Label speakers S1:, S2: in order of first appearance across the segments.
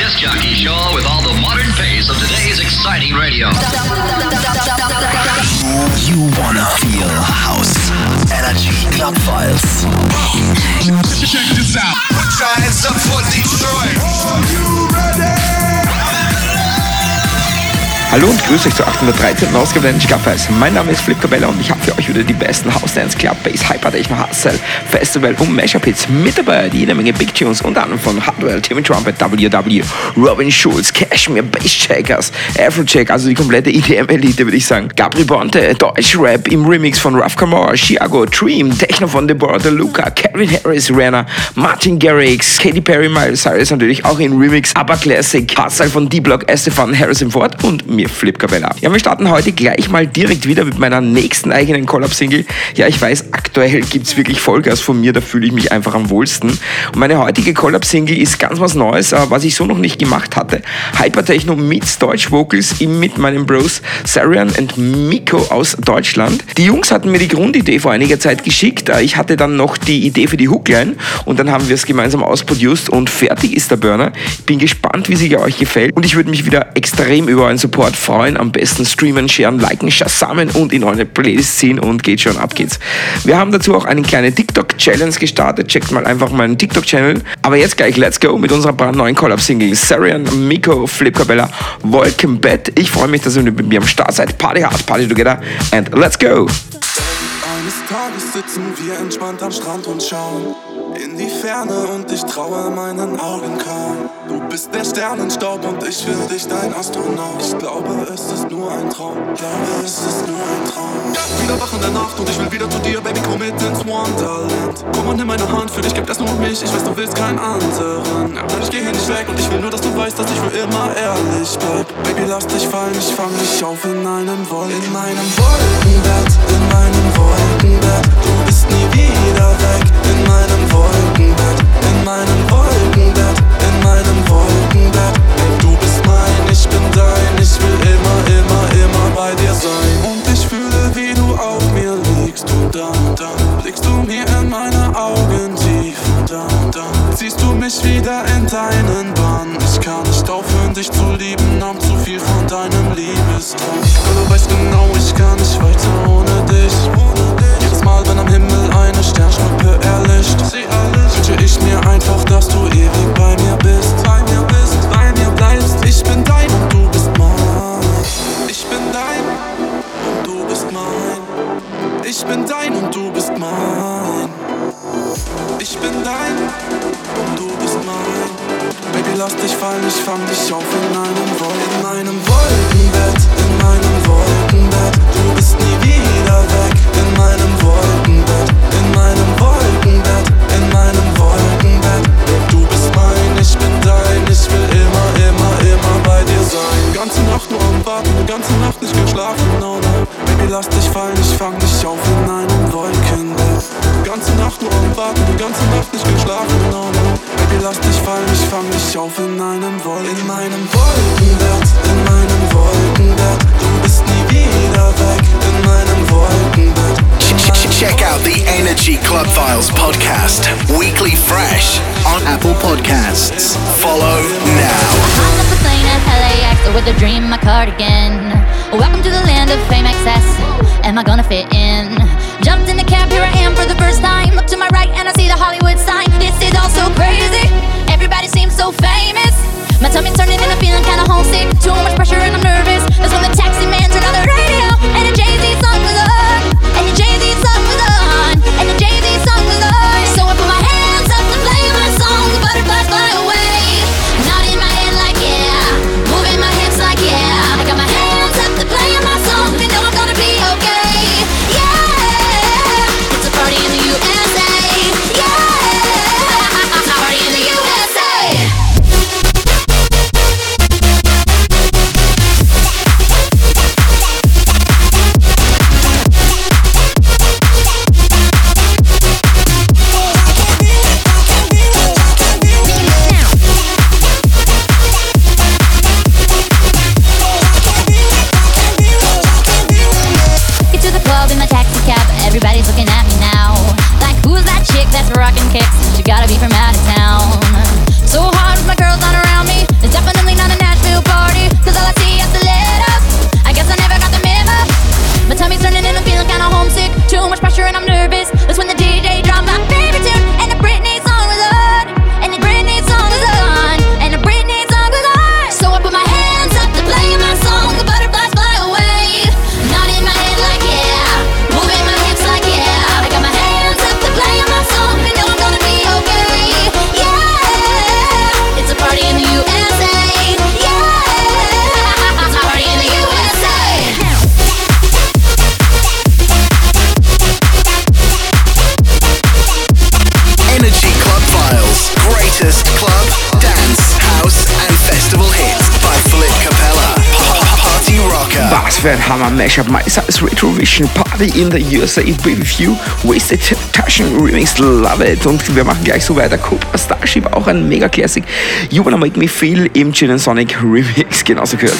S1: disc jockey show with all the modern pace of today's exciting radio.
S2: You wanna feel house. Energy Club Files.
S3: Check this out. Put your hands up for Detroit. Are you ready?
S4: Hallo und grüß euch zur 813. Ausgabe der Energy Club Files. Mein Name ist Flip Cabella und ich habe für euch wieder die besten House Dance, Club Bass, Hyper Techno, Hardstyle, Festival und Mashup Hits mit dabei. Jede Menge Big Tunes, unter anderem von Hardwell, Timmy Trumpet, WW, Robin Schulz, Cashmere, Basscheckers, Afrojack, also die komplette EDM-Elite, würde ich sagen. Gabri Ponte, Deutsch-Rap im Remix von Raf Kamora, Chiago, Dream, Techno von Deborah DeLuca, Calvin Harris, Rihanna, Martin Garrix, Katy Perry, Miley Cyrus natürlich auch in Remix, aber Classic, Hardstyle von D-Block, Estefan, Harrison Ford und mir Flip Cabella. Ja, wir starten heute gleich mal direkt wieder mit meiner nächsten eigenen Collab-Single. Ja, ich weiß, aktuell gibt es wirklich Vollgas von mir, da fühle ich mich einfach am wohlsten. Und meine heutige Collab-Single ist ganz was Neues, was ich so noch nicht gemacht hatte. Hypertechno mit Deutsch-Vocals mit meinen Bros Sarian und Miko aus Deutschland. Die Jungs hatten mir die Grundidee vor einiger Zeit geschickt. Ich hatte dann noch die Idee für die Hookline und dann haben wir es gemeinsam ausproduced und fertig ist der Burner. Ich bin gespannt, wie sie euch gefällt und ich würde mich wieder extrem über euren Support freuen. Am besten streamen, sharen, liken, shazamen und in eure Playlist ziehen und geht schon, ab geht's. Wir haben dazu auch eine kleine TikTok-Challenge gestartet. Checkt mal einfach meinen TikTok-Channel. Aber jetzt gleich, let's go mit unserer brandneuen Collab-Single. Sarian, Miko, Flip Cabella, Welcome Back. Ich freue mich, dass ihr mit mir am Start seid. Party hard, party together and let's go!
S5: Eines Tages sitzen wir entspannt am Strand und schauen in die Ferne und ich traue meinen Augen kaum. Du bist der Sternenstaub und ich für dich dein Astronaut. Ich glaube, es ist nur ein Traum. Ja, wieder wach in der Nacht und ich will wieder zu dir, Baby, komm mit ins Wonderland. Komm und nimm meine Hand, für dich gibt es nur mich. Ich weiß, du willst keinen anderen. Ja, ich geh hier nicht weg und ich will nur, dass du weißt, dass ich für immer ehrlich bleib. Baby, lass dich fallen, ich fang dich auf in meinem Wolkenbett, in meinem Wolkenbett. Du bist nie wieder weg. In meinem Wolkenbett, in meinem Wolkenbett, in meinem Wolkenbett. Du bist mein, ich bin dein. Ich will immer bei dir sein. Und ich fühle, wie du auf mir liegst. Und dann blickst du mir in meine Augen tief. Und dann ziehst du mich wieder in deinen Bann. Ich kann nicht aufhören, dich zu lieben. Nahm zu viel von deinem Liebestraum. Du weißt genau, ich kann nicht weiter ohne dich. Jedes Mal, wenn am Himmel eine Sternschnuppe erlischt, wünsche ich mir einfach, dass du ewig bei mir bist. Bei mir bleibst. Ich bin dein und du bist mein. Ich bin dein und du bist mein. Ich bin dein und du bist mein. Ich bin dein und du bist mein. Baby, lass dich fallen, ich fang dich auf in meinem Wolkenbett, in meinem Wolkenbett. Du bist nie wieder weg. In meinem Wolkenbett, in meinem Wolkenbett, in meinem Wolkenbett. Du bist mein, ich bin dein. Ich will immer bei dir sein. Die ganze Nacht nur am Warten, die ganze Nacht nicht geschlafen, no. Baby, lass dich fallen, ich fang dich auf in einem Wolkenbett. Die ganze Nacht nur am Warten, die ganze Nacht nicht geschlafen, no. Baby, lass dich fallen, ich fang dich auf in einem Wolkenbett. In meinem Wolkenbett, in meinem Wolkenbett. Du bist nie wieder weg. In meinem Wolkenbett.
S2: Check out the Energy Club Files podcast, weekly fresh on Apple Podcasts. Follow now.
S6: I'm off the plane at LAX with a dream, my cardigan. Welcome to the land of fame excess. Am I gonna fit in? Jumped in the cab, here I am for the first time. Look to my right and I see the Hollywood sign. This is all so crazy. Everybody seems so famous. My tummy's turning and I'm feeling kinda homesick. Too much pressure and I'm nervous. That's when the taxi man turned on the radio and a Jay-Z song was on. And the Jay-Z song was on. And the Jay-Z song was on. So I put my hands up to play my song. The butterflies fly away. Nodding my head like yeah. Moving my hips like yeah. I got my hands up to play my song. You know I'm gonna be okay. Yeah. It's a party in the USA. Yeah. It's a party in the USA.
S4: wäre ein Hammer-Mashup. My Size Retrovision Party in the USA with You. Wasted Taschen Remix, love it. Und wir machen gleich so weiter. Cobra Starship, auch ein Mega-Classic. You Wanna Make Me Feel im Gin & Sonic Remix, genauso gehört.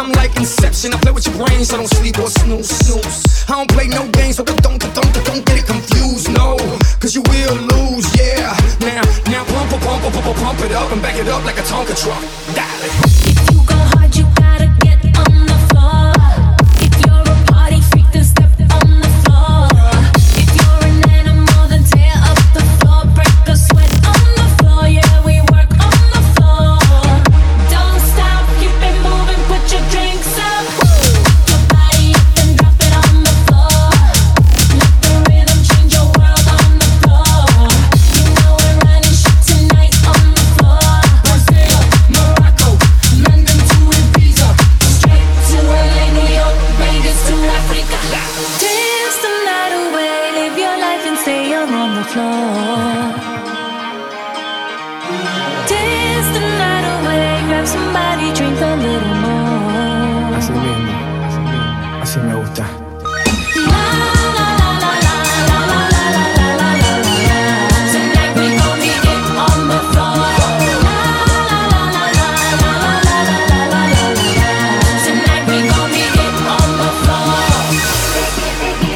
S7: I'm like Inception, I play with your brains, so don't sleep or snooze. I don't play no games, so don't get it confused, no. Cause you will lose, yeah. Now pump it up and back it up like a Tonka truck. Dale.
S8: If you go hard, you gotta get on the floor. If you're a party freak, then step on the floor. If you're an animal, then tear up the floor. Break a sweat on the floor, yeah, we work on the floor. Don't stop, keep it moving, put your drinks up. Your body up and drop it on the floor. Let the rhythm change your world on the floor. You know we're running shit tonight on the floor.
S7: Brazil, Morocco, London to Ibiza,
S8: Straight to LA, New York, Vegas to Africa. Dance the night away, live your life and stay young on the floor. Dance the night away, grab somebody, drink a little more.
S7: Así mismo, así me gusta.
S8: La la la la la la la la la la la la. Tonight we gon' get it on the floor. La la la la la la la la la la la. Tonight we gon' get it on the floor.
S6: Give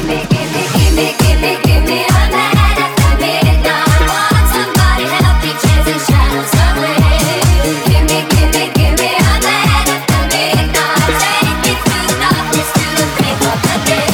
S6: me a night after midnight. Want somebody help me chase the shadows away. Give me a night after midnight. Take me through the darkness to the break of the day.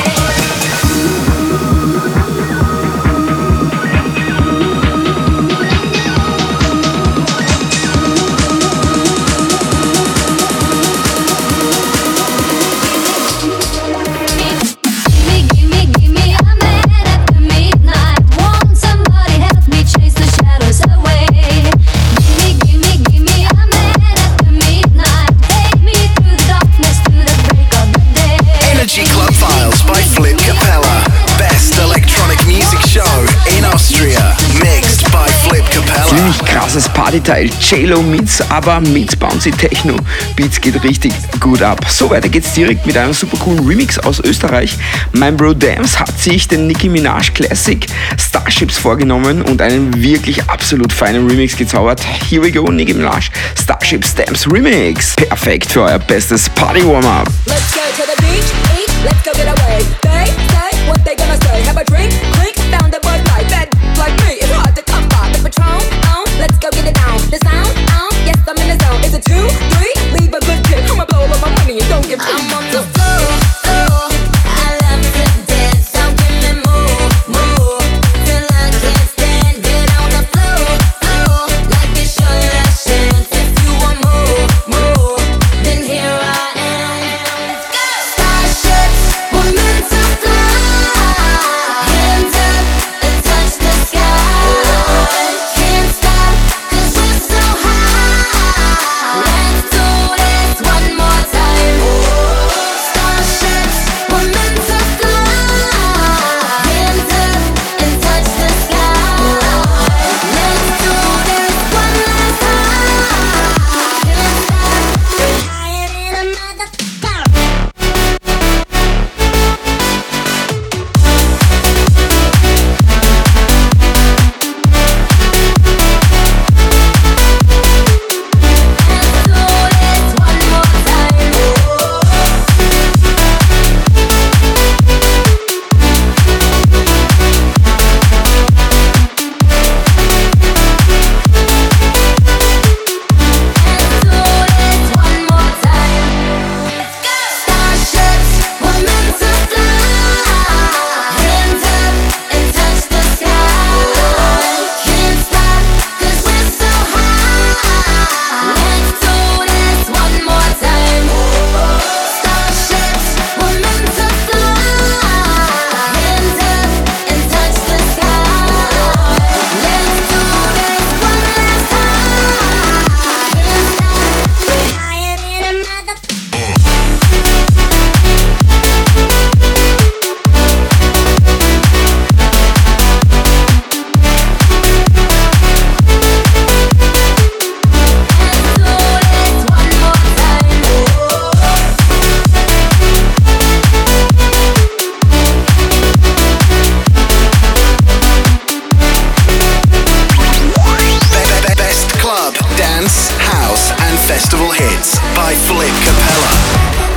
S6: Give me a night after midnight. Want somebody help me chase the shadows away. Give me a night after midnight. Take me through the darkness to the break of the day.
S2: Energy Club Files by Flip Capella. Best electronic music show in Austria. Mixed by Flip Capella.
S4: Ziemlich krasses Partyteil. J-Lo meets aber meets Bouncy Techno. Beats geht richtig gut ab. So, weiter geht's direkt mit einem super coolen Remix aus Österreich. Mein Bro Dams hat sich den Nicki Minaj Classic Starships vorgenommen und einen wirklich absolut feinen Remix gezaubert. Here we go, Nicki Minaj Starships Dams Remix. Perfekt für euer bestes Party-Warm-Up.
S9: Let's go to the beach, eat, let's go get away. They say what they gonna say. Have a drink, clink, found a Bud Light. Bad like me, it's hard to come by. The Patron, let's go get it down. The sound, yes, I'm in the zone. Is it 2, 3? Leave a good tip. I'ma blow all my money and don't give a
S6: I'm on the floor, I love to dance. Don't give me more. Till I can't stand. Get on the floor, like it's your last chance. If you want more, then here I am. Starships, we're meant to fly. Hands up and touch the sky. Can't stop 'cause we're so high. Let's do this one more time. Starships, we're meant to fly. Hands up and touch the sky. Let's do this one last time. Can't stop, we're higher than a motherfucker. Let's do this one more time. Starships, we're meant to fly. Hands up and touch the sky. Can't stop 'cause we're so high. Let's do this one more time. Starships, we're meant to fly. Hands up and touch the sky. Let's do this one last time. Can't stop, we're higher than a motherfucker. Let's do this one more
S2: Best club, dance, house, and festival hits by Flip Capella.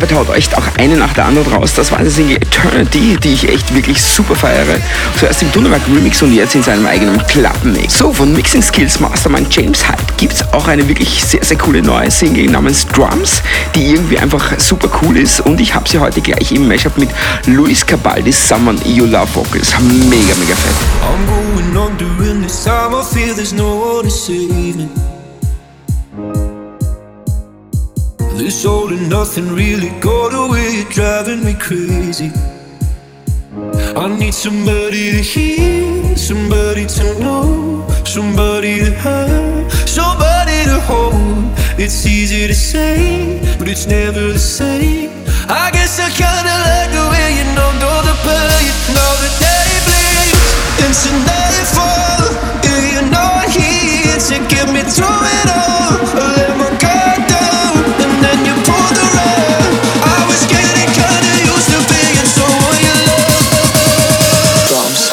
S4: Flipkapelle haut euch auch eine nach der anderen raus. Das war eine Single Eternity, die ich echt wirklich super feiere. Zuerst im Dunnemark Remix und jetzt in seinem eigenen Klappenmix. So, von Mixing Skills Mastermind James Hype gibt es auch eine wirklich sehr, sehr coole neue Single namens Drums, die irgendwie einfach super cool ist, und ich habe sie heute gleich im Mashup mit Luis Cabaldis Someone You Love Vocals. Mega, mega fett.
S10: I'm going on during this time. I feel there's no one to save me. This all and nothing really got away, you're driving me crazy. I need somebody to hear, somebody to know, somebody to have, somebody to hold. It's easy to say, but it's never the same. I guess I kinda like the way you know the pain. Now the day bleeds into nightfall. You're not here to get me through it all. I let my guard down, and then you pulled the rug. I was getting kinda used to being someone you love. Drums.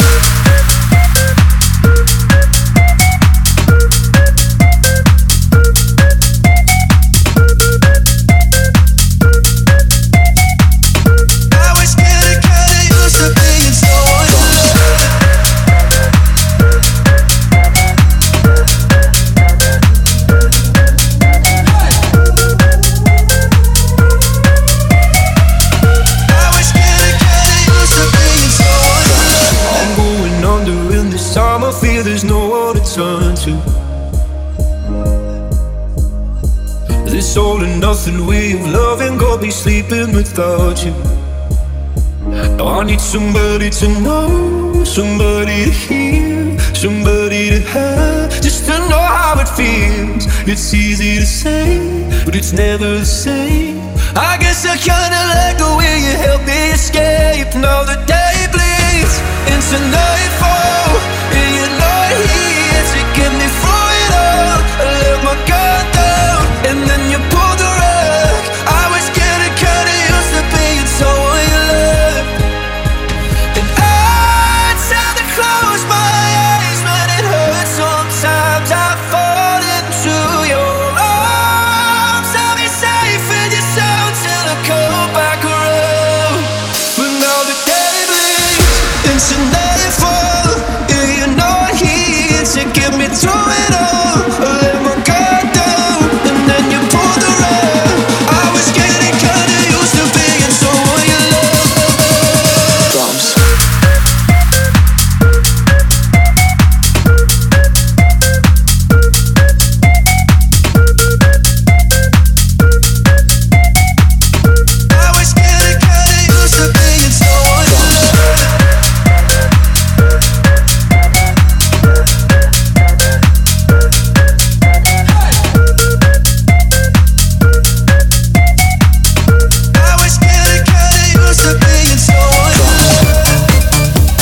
S10: There's nowhere to turn to. This all and nothing way of loving, go be sleeping without you. I need somebody to know, somebody to hear, somebody to have, just to know how it feels. It's easy to say, but it's never the same. I guess I kinda like the way you help me escape. Now the day bleeds into nightfall, and you're not here to get me through it all. I let my guard down, and then you pulled the rug. I was getting kinda used to being someone you loved, and I tend to close my eyes when it hurts. Sometimes I fall into your arms. I'll be safe in your sound till I come back around. But now the day bleeds into nightfall, and you're not here to get me through it all. I let my guard down, and then you pulled the rug. I was getting kinda used to being someone you love. Drums. I was getting kinda used to being someone you love. I was getting kinda used to being someone you love.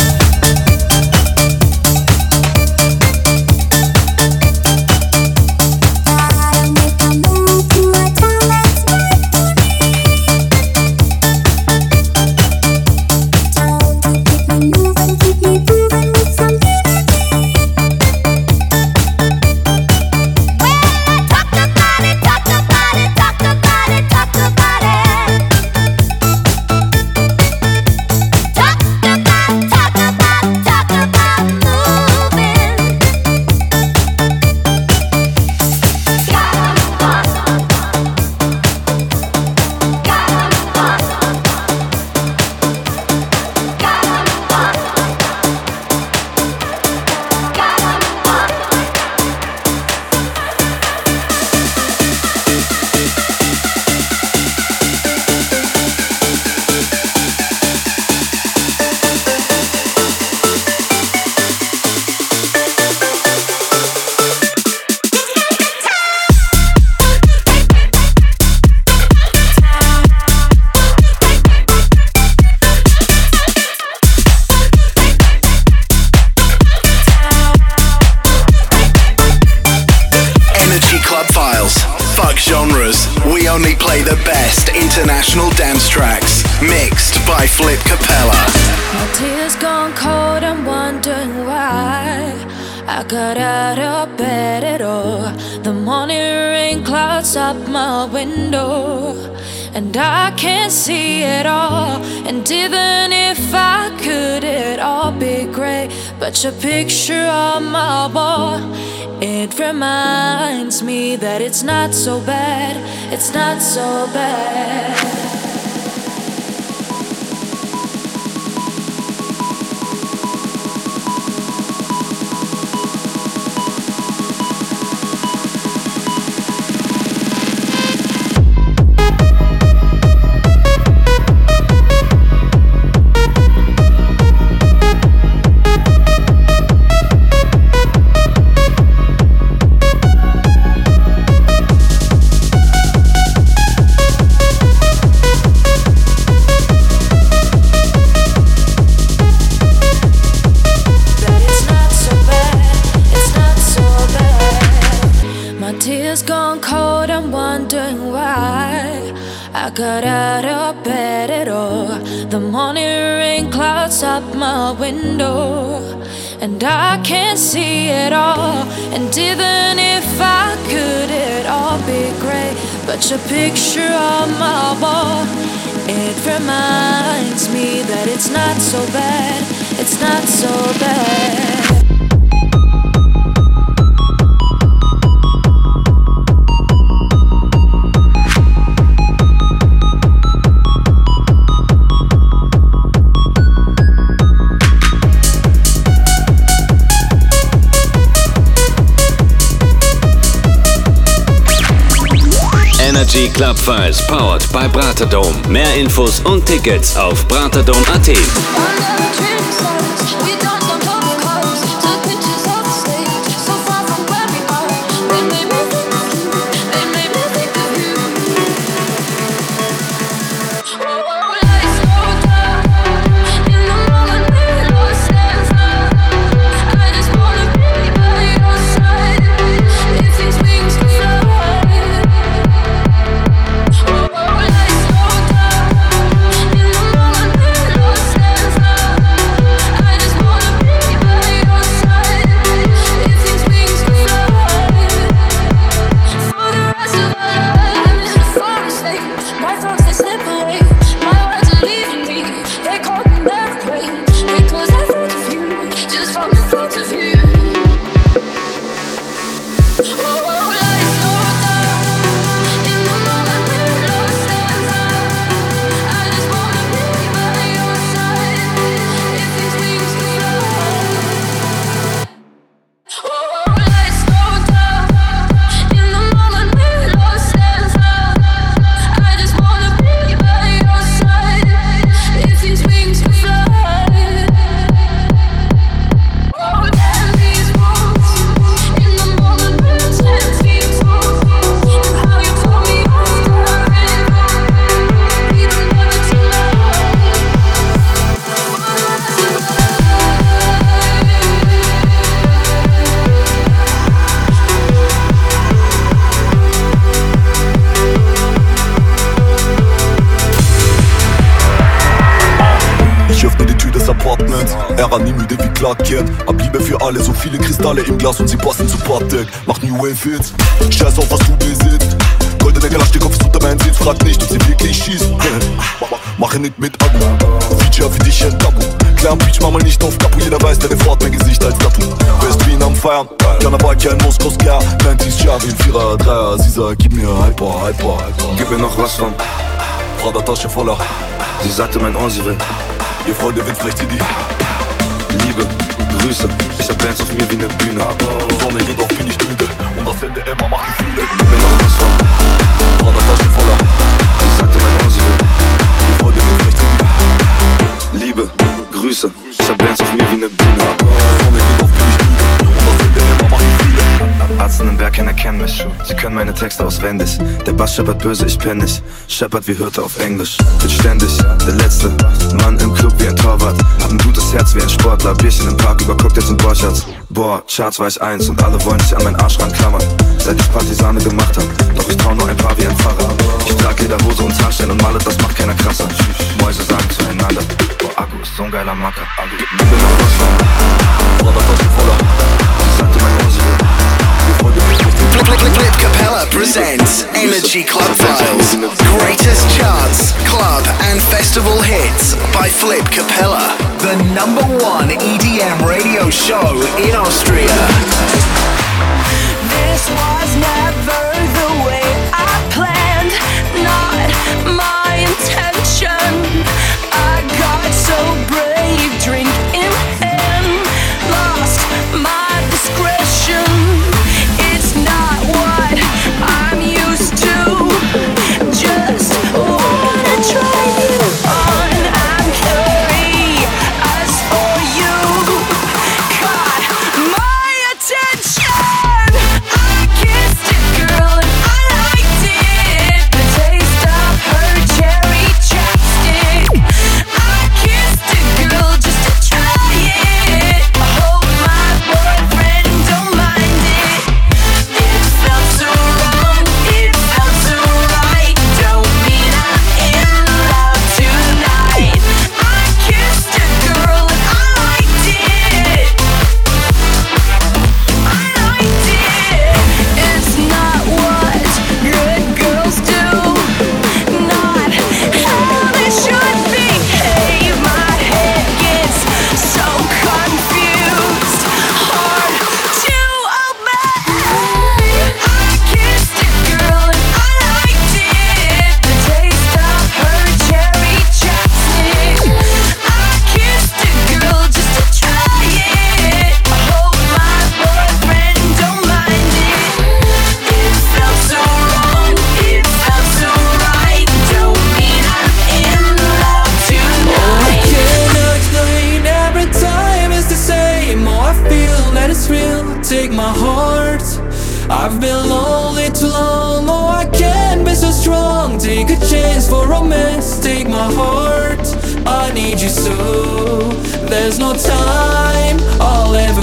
S2: Energy Club Files. Fuck genres. We only play the best international dance tracks. Mixed by Flip Capella.
S8: My tears gone cold, I'm wondering why I got out of bed at all. The morning rain clouds up my window, and I can't see it all. And even if I could, it'd all be great. But your picture on my wall, it reminds me that it's not so bad. It's not so bad. Got out of bed at all. The morning rain clouds up my window, and I can't see it all. And even if I could, it'd all be great. But your picture on my wall, it reminds me that it's not so bad. It's not so bad.
S11: Energy Club Files powered by Braterdom. Mehr Infos und Tickets auf braterdom.at.
S12: Er war nie müde wie Clark Kent. Hab Liebe für alle, so viele Kristalle im Glas und sie passen zu Partek. Mach New Wave Hits, scheiß auf was du besitzt. Goldene Galaschnikow ist unter meinem Sitz, frag nicht, ob sie wirklich schießt. Mache nicht mit Abu, Feature für dich ein Tabu. Klar, Beach, mach mal nicht auf Kapu, jeder weiß, deine Frau hat mein Gesicht als Tattoo. West Wien am Feiern, Karneval, kein Moskau-Scare. 90s Jahre in 4er, 3er, sie sagt, gib mir Hyper.
S13: Gib mir noch was von
S12: Prada Tasche voller.
S13: Sie sagte mein Ohr, sie will
S12: ihr Freunde wird vielleicht die
S13: Liebe, Grüße, ich hab Bands auf mir wie ne Bühne.
S12: Sonne, jedoch bin ich müde und das Ende immer macht Gefühle.
S13: Gib mir noch was von
S12: Prada Tasche voller.
S13: Sie sagte mein Ohr, sie will
S12: ihr Freunde wird vielleicht die
S13: Liebe, Grüße, ich hab Bands auf mir wie ne Bühne.
S12: Sonne, jedoch bin ich müde und das Ende immer macht Gefühle.
S13: Arzen im Berg, keiner kennt mich. Sie können meine Texte auswendig. Der Bass scheppert böse, ich penn nicht. Scheppert wie Hirte auf Englisch. Bin ständig der letzte Mann im Club wie ein Torwart. Hab ein gutes Herz wie ein Sportler. Bierchen im Park über Cocktails und Borchards. Boah, Charts war ich 1 und alle wollen sich an meinen Arsch ranklammern. Seit ich Partisane gemacht hab, doch ich trau nur ein paar wie ein Pfarrer. Ich trag Lederhose und Zahnstein und male, das macht keiner krasser. Mäuse sagen zueinander, boah, Akku ist so ein geiler Macker. Gib mir noch was von
S12: Prada Tasche voller.
S13: Sie sagte mein Ohr, sie will
S12: ihr Freunde wird vielleicht die
S2: Flip Capella presents Energy Club Files. Greatest charts, club and festival hits by Flip Capella. The #1 EDM radio show in Austria.
S8: This was never the way I planned, not my intention. I got so brave, drink in hand, lost my discretion. It's not what I'm used to, just wanna try you on. I'm curious for you, caught my attention. I kissed a girl and I liked it, the taste of her cherry chapstick. I kissed a girl just to try it. I hope my boyfriend don't mind it. It felt so wrong, it felt so right. Don't mean I'm in love tonight. I kissed a girl and I liked it. I liked it. It's not what good girls do, not how they should behave. My head gets so confused, hard to obey. I kissed a girl and I liked it, the taste of her cherry chapstick. I kissed a girl just to try it. I hope my boyfriend don't mind it. It felt so wrong, it felt so right. Don't mean I'm in love tonight.
S7: I can't explain, every time it's the same. Oh, I feel that it's real, take my heart. I've been lonely too long, oh I can't be so strong. Take a chance for romance, take my heart. I need you so, there's no time I'll ever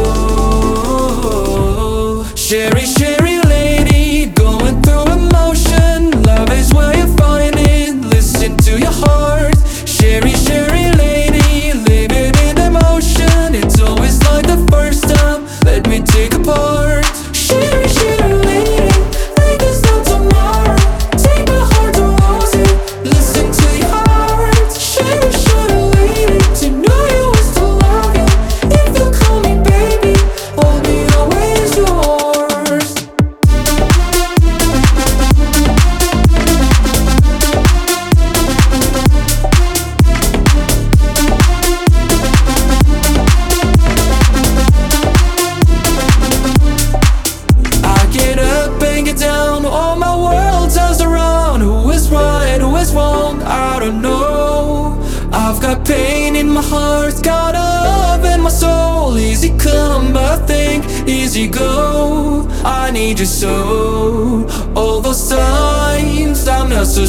S7: go. Sherry, Sherry lady, going through emotion. Love is where you find it, listen to your heart. Sherry, Sherry lady, living in emotion. It's always like the first time, let me take a part. Sherry, Sherry lady, think there's no tomorrow. Take my heart to lose it, listen to your heart. Sherry, Sherry lady, to know you is to love you. If you call me baby, hold me always yours. I get up and get down, all my world turns around. Who is right, who is wrong, I don't know. I've got pain in my heart, got love in my soul. Easy come, but think easy go. I need you so. All those times I'm not so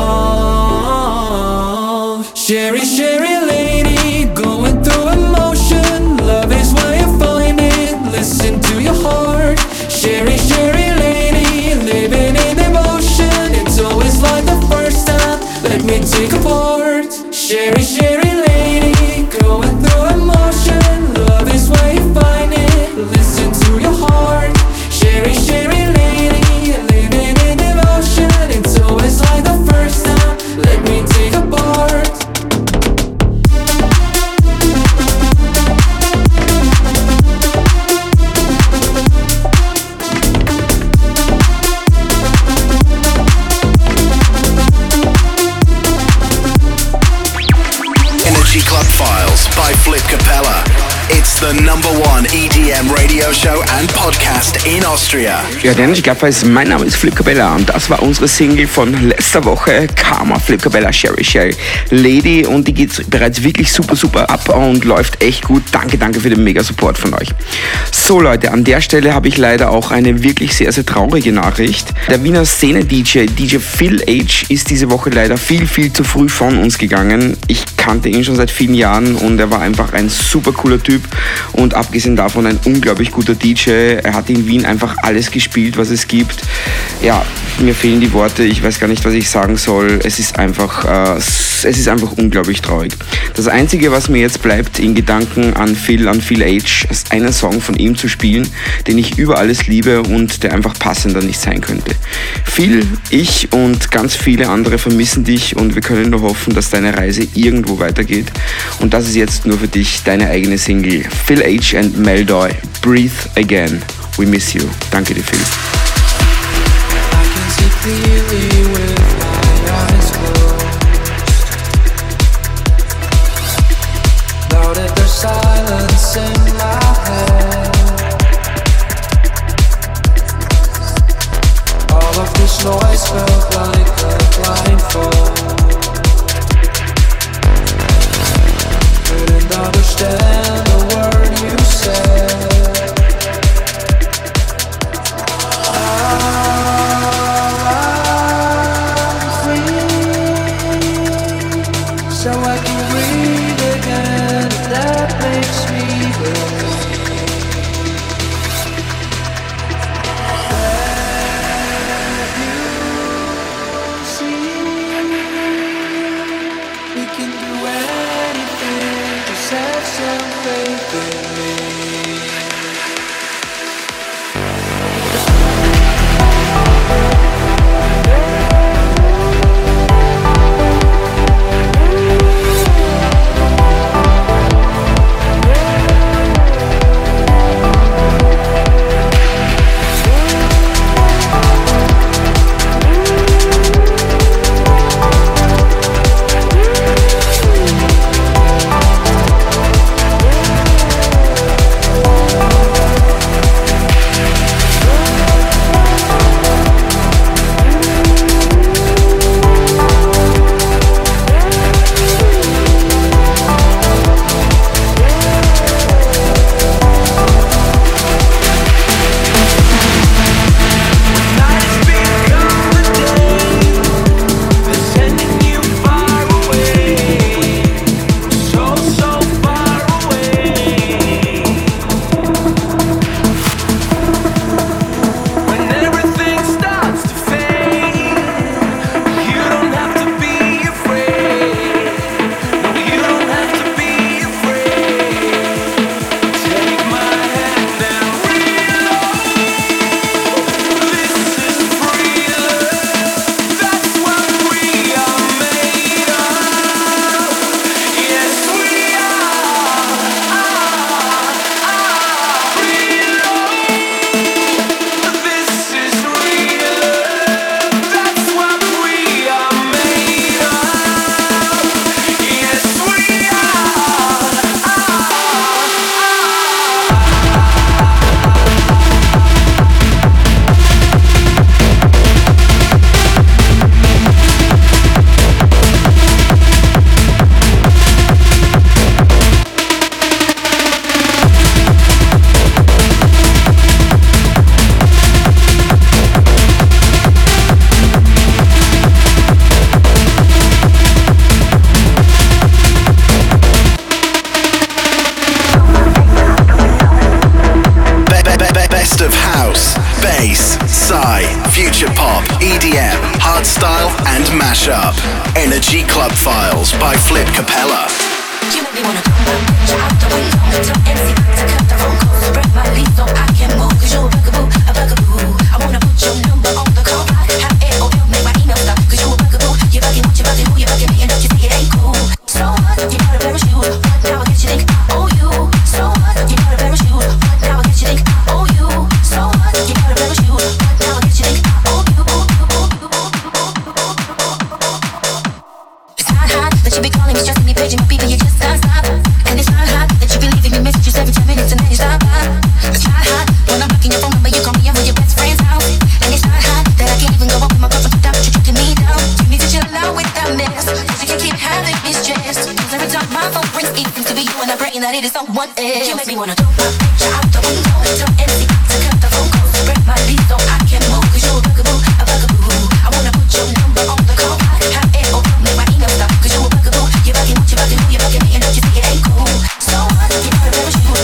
S7: strong. Sherry, Sherry lady, going through emotion. Love is where you find it, listen to your heart. Sherry, Sherry lady, living in emotion. It's always like the first time, let me take a part. Sherry, Sherry lady, going through emotion. Love is where you find it, listen to your heart. Sherry, Sherry lady, living in emotion. It's always like the first time, let me take a part.
S2: Energy Club Files by Flip Capella. It's the #1 EDM radio show and podcast in Austria.
S4: Ja, der Energy Club Files, mein Name ist Flip Capella und das war unsere Single von letzter Woche, Karma, Flip Capella, Sherry, Sherry Lady, und die geht bereits wirklich super, super ab und läuft echt gut. Danke, danke für den Mega-Support von euch. So Leute, an der Stelle habe ich leider auch eine wirklich sehr, sehr traurige Nachricht. Der Wiener Szene-DJ, DJ Phil H, ist diese Woche leider viel, viel zu früh von uns gegangen. Ich kannte ihn schon seit vielen Jahren und er war einfach ein super cooler Typ. Typ und abgesehen davon ein unglaublich guter DJ. Er hat in Wien einfach alles gespielt, was es gibt. Ja, mir fehlen die Worte, ich weiß gar nicht, was ich sagen soll. Es ist einfach unglaublich traurig. Das Einzige, was mir jetzt bleibt, in Gedanken an Phil H, ist einen Song von ihm zu spielen, den ich über alles liebe und der einfach passender nicht sein könnte. Phil, ich und ganz viele andere vermissen dich und wir können nur hoffen, dass deine Reise irgendwo weitergeht. Und das ist jetzt nur für dich deine eigene Single. Phil H and Mel Doy, Breathe Again. We miss you. Danke dir, Phil.
S14: Clearly with my eyes closed. Now that there's silence in my head, all of this noise felt like a blindfold. Couldn't understand the word you said. So I can breathe again, that makes me believe that you see we can do anything, just have some faith in me.
S2: Mashup. Energy Club Files by Flip Capella.
S8: You make me wanna jump out the window, tell MC to cut the phone calls, break my lead so I can move. 'Cause you're a bugaboo. I wanna put your number on the call. Have it or make my email stop. 'Cause you're a bugaboo. You bugging what you bugging, who you bugging me, and don't you see it ain't cool. So what? You got a parachute. What now? I guess you think oh you. So what? You got a parachute. What now? I guess you think oh you. So what? You got a parachute. What now? I guess you think oh you. It's not hot that you be calling me, stressing me, paging my people, you just can't stop. And it's not hot that you be leaving me messages every 10 minutes and then you stop by. It's not hot when I'm blocking your phone number, you call me over your best friend's house. And it's not hot that I can't even go up with my girlfriend without you tricking me down. You need to chill out with that mess, 'cause you can keep having me stressed. 'Cause every time my phone rings, it seems to be you and I'm praying that it is someone else. You make me wanna throw my picture out the window and tell MC to cut the phone calls, break my lead so I can move. 'Cause you're a bugaboo. I wanna put your number on the call. Have it or make my email stop. 'Cause you're a bugaboo. You bugging what you bugging, who you bugging me, and don't you see it ain't cool. So what? You got a parachute.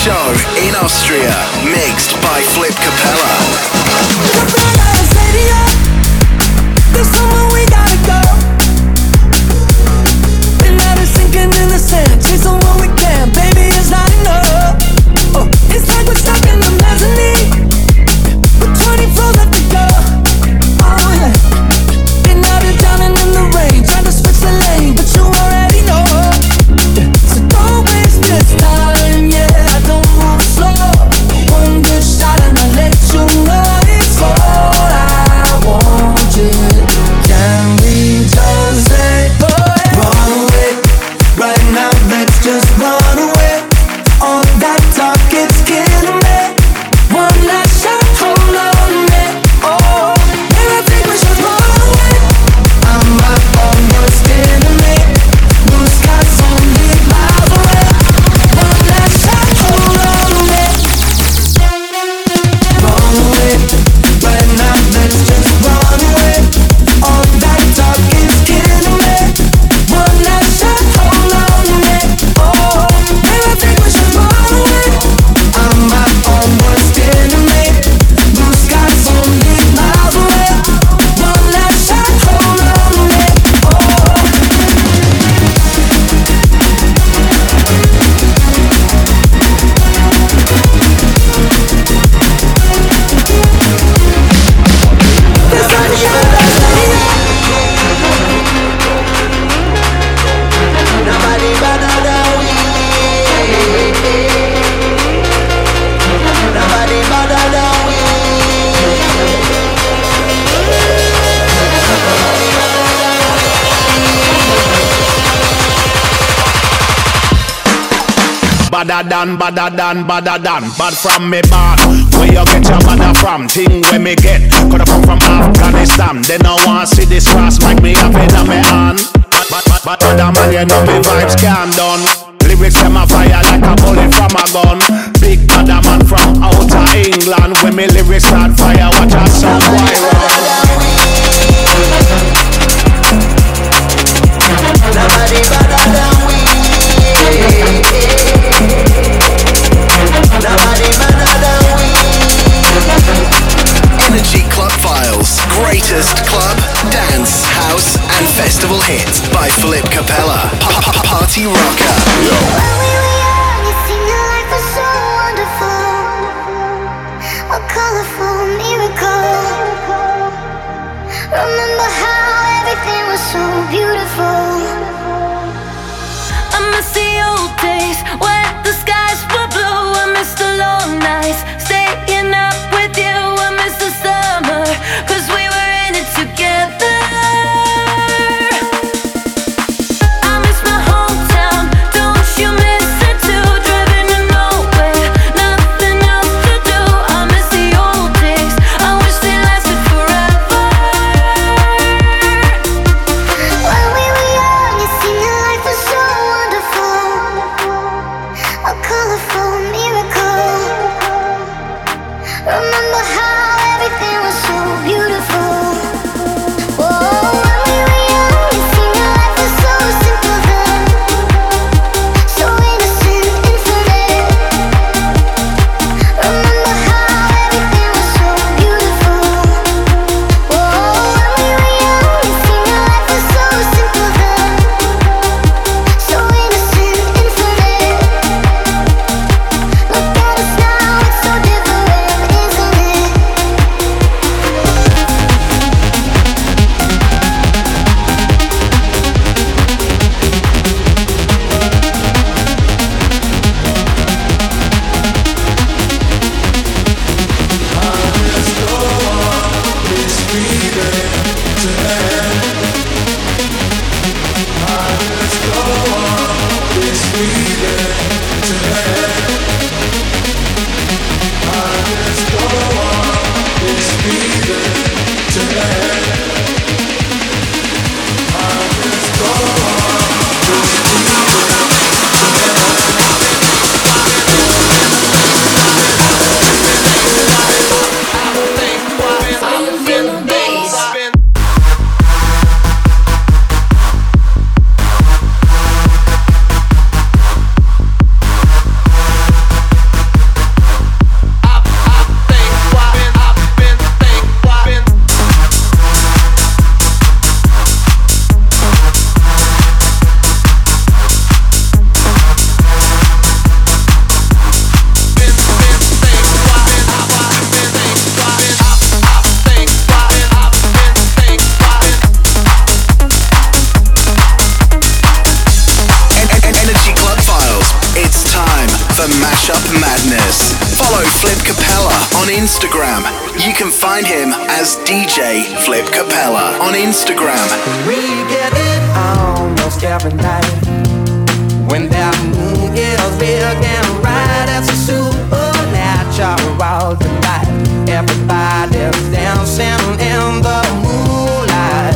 S2: show in Austria, mixed by Flip Capella.
S14: There's somewhere we gotta go. Been at it sinking in the sand, chasing what we can, baby, it's not enough. Oh, it's like we're stuck in the mezzanine, with 20 floors left to go. Oh yeah, been out and drowning in the rain, trying to switch the lane, but you already know. So don't waste this time, yeah, don't move slow. One good shot and I'll let you know it's all I want you. Can we just say, run away? Right now, let's just run away. All that talk, it's killing me. One last shot, hold on to me. Oh, maybe I think we should run away. I'm my own worst enemy. Blue skies only miles away. One last shot, hold on to me. Run away. Right now, let's just run away. All that talk is killing me. One last shot, hold on to me. Oh, maybe I think we should run away. I'm my own worst enemy. Blue skies only miles away. One last shot, hold on to me.
S15: Nobody better than we. Nobody better than we.
S16: Badder than, bad from me bad. Where you get your badder from? Thing where me get. Coulda come from Afghanistan. They no want see this cross like me have it on me hand. But other man, you know me vibes can't done. Lyrics them a fire like a bullet from a gun. Big badder man from outer England. When me lyrics start fire, watch a song why run.
S15: Nobody better than we. Nobody better than we.
S2: Energy Club Files, greatest club, dance, house, and festival hits by Flip Capella, Party Rocker.
S8: When we were young, it seemed that life was so wonderful, a colorful miracle. Remember how everything was so beautiful.
S14: I miss the old days when the skies were blue. I miss the long nights, staying up with you. I miss the summer, 'cause we were in it together. I miss my hometown, don't you miss
S2: madness. Follow Flip Capella on Instagram. You can find him as DJ Flip Capella on Instagram.
S14: We get it almost every night. When that moon is big and bright, it's a supernatural delight. Everybody's dancing in the moonlight.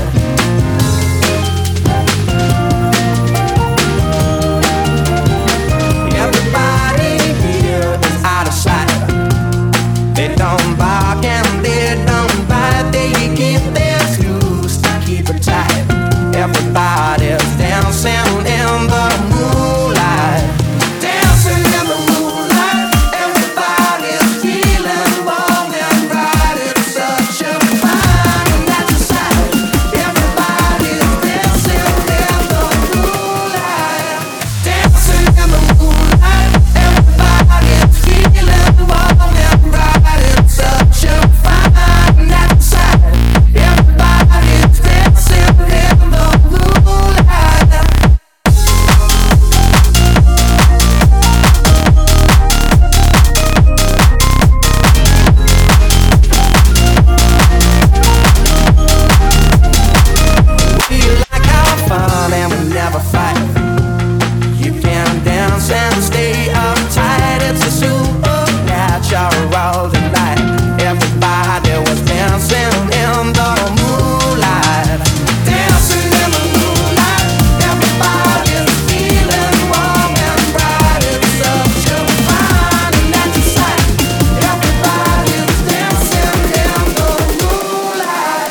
S14: Everybody here is out of sight. They don't bark and they don't bite. They keep their shoes to keep it tight. Everybody's dancing in the moonlight. Dancing in the moonlight. Everybody's feeling warm and bright. It's such a fine and natural sight. Everybody's dancing in the moonlight. Dancing in the moonlight. Everybody's feeling warm and bright. It's such a fine and natural sight. Everybody's dancing in the moonlight. We like our fun and we never fight. You can dance and stay uptight. It's a supernatural delight. Everybody was dancing in the moonlight. Dancing in the moonlight. Everybody's feeling warm and bright. It's such a fine and natural sight. Everybody's dancing in the moonlight.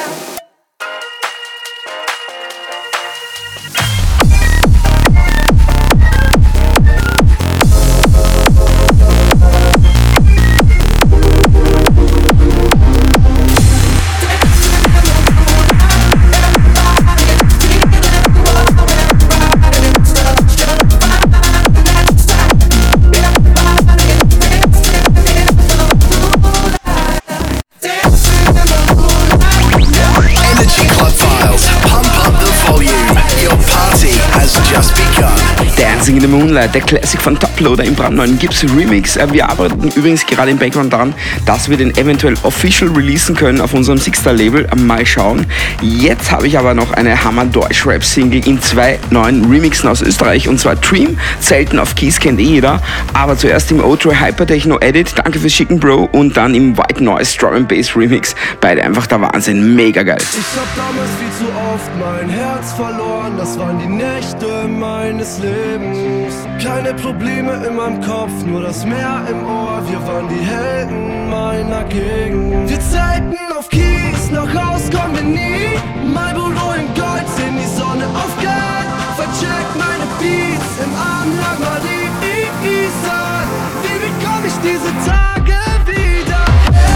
S2: Energy Club Files. Pump up the volume. Your party has just begun.
S4: Dancing in the Moonlight, der Classic von Toploader im brandneuen Gips Remix. Wir arbeiten übrigens gerade im Background daran, dass wir den eventuell official releasen können auf unserem Sixstar-Label. Mal schauen. Jetzt habe ich aber noch eine Hammer-Deutsch-Rap-Single in 2 neuen Remixen aus Österreich, und zwar Dream, selten auf Keys, kennt jeder, aber zuerst im O3 Hypertechno Edit, danke fürs Schicken, Bro, und dann im White Noise Drum and Bass Remix. Beide einfach der Wahnsinn, mega geil.
S17: Ich hab damals viel zu oft mein Herz verloren, das waren die Nächte meines Lebens. Keine Probleme in meinem Kopf, nur das Meer im Ohr, wir waren die Helden meiner Gegend. Wir zelten auf Kies, nach Haus kommen wir nie. Marlboro in Gold, sehen die Sonne aufgeht. Vercheckt meine Beats, im Arm lag mal die Isa. Wie bekomm ich diese Tage wieder?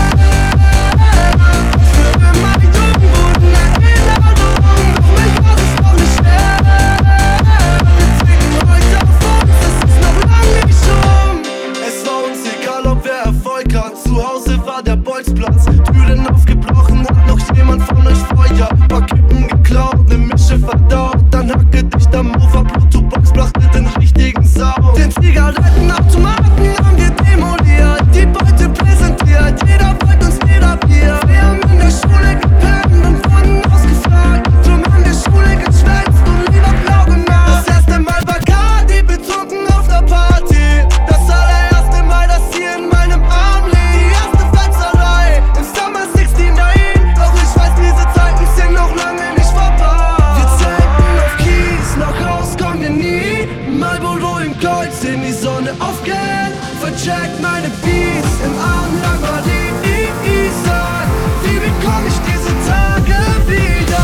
S17: Für immer die Jugend Erinnerungen, doch mich war es noch nicht schwer. Wir trinken heute auf uns, es ist noch lang nicht um. Es war uns egal, ob wer Erfolg hat. Zu Hause war der Bolzplatz, Türen aufgebrochen, hat noch jemand von euch Feuer. Paar Kippen geklaut, ne Mische verdaut, dann hacke dich am Mofa, Bluetooth-Box brachte den richtigen Sound. Den Zigarettenautomaten haben wir demoliert, die Beute präsentiert, jeder wollte uns Bier. Wir haben in der Schule gepennt und wurden ausgefragt, drum haben wir Schule geschwänzt und lieber blau gemacht. Das erste Mal war Cardi betrunken auf der Party, das allererste Mal, dass sie in meinem Arm liegt. Die erste Fetzerei im Summer 69, doch ich weiß, diese Zeiten sind noch lange nicht vorbei. Wir zelten auf Kies, nach Haus kommen wir nie. Marlboro im Gold, sehen die Sonne aufgehen. Vercheckt meine Beats, im Arm lag mal die Isa. Wie bekomm ich diese Tage wieder?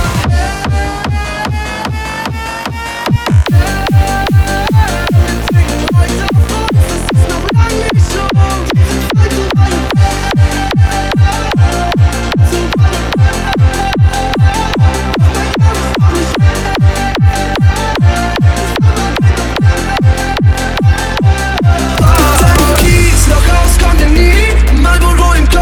S17: Wir trinken heute auf uns, es ist noch lang nicht um. Wir sind voll zu weit Kies, noch raus kommt ihr nie. Marlboro im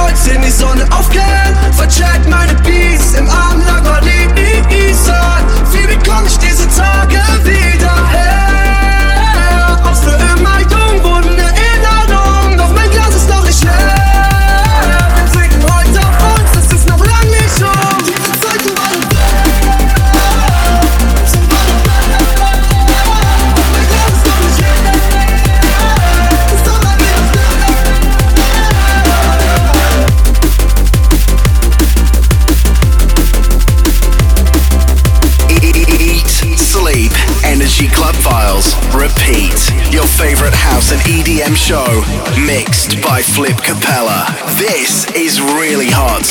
S2: Club Files. Repeat. Your favorite house and EDM show. Mixed by Flip Capella. This is really hot.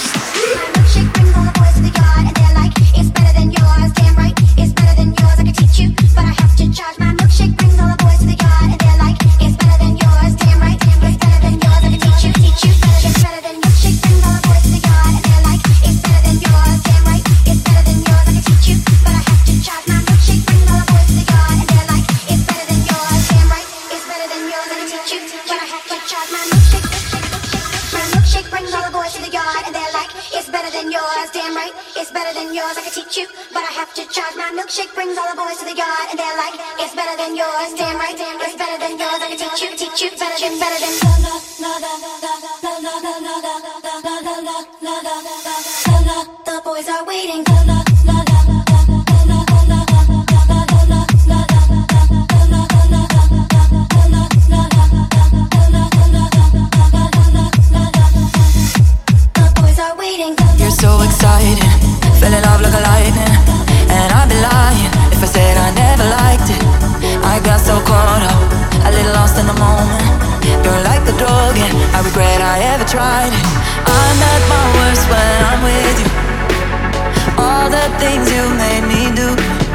S18: Milkshake brings all the boys to the yard, and they're like, it's better than yours. Damn right, it's better than yours. I can teach you, better than the boys are waiting.
S14: You're so excited, fell in love like a lightning. And I'd be lying if I said I never liked it. I got so caught up, a little lost in the moment. You're like the drug and I regret I ever tried it. I'm at my worst when I'm with you. All the things you made me do,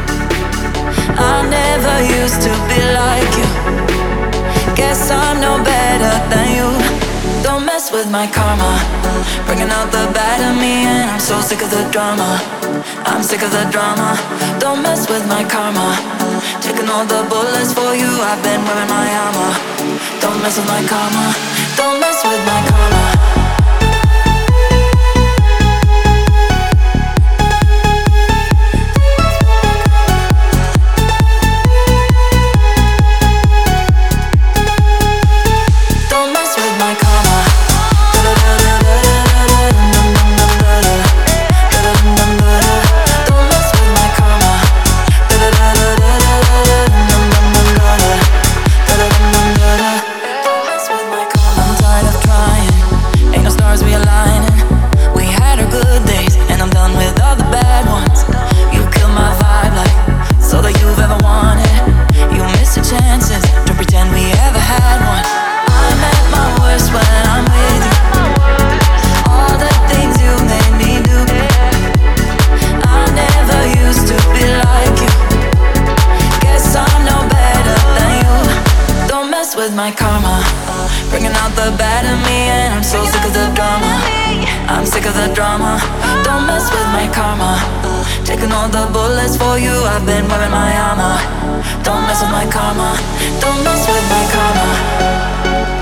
S14: I never used to be like you. Guess I'm no better than you. Don't mess with my karma, bringing out the bad in me. And I'm so sick of the drama, I'm sick of the drama. Don't mess with my karma, taking all the bullets for you. I've been wearing my armor. Don't mess with my karma, don't mess with my karma. My karma, bringing out the bad in me. And I'm so sick of the drama, I'm sick of the drama. Don't mess with my karma, taking all the bullets for you. I've been wearing my armor. Don't mess with my karma, don't mess with my karma.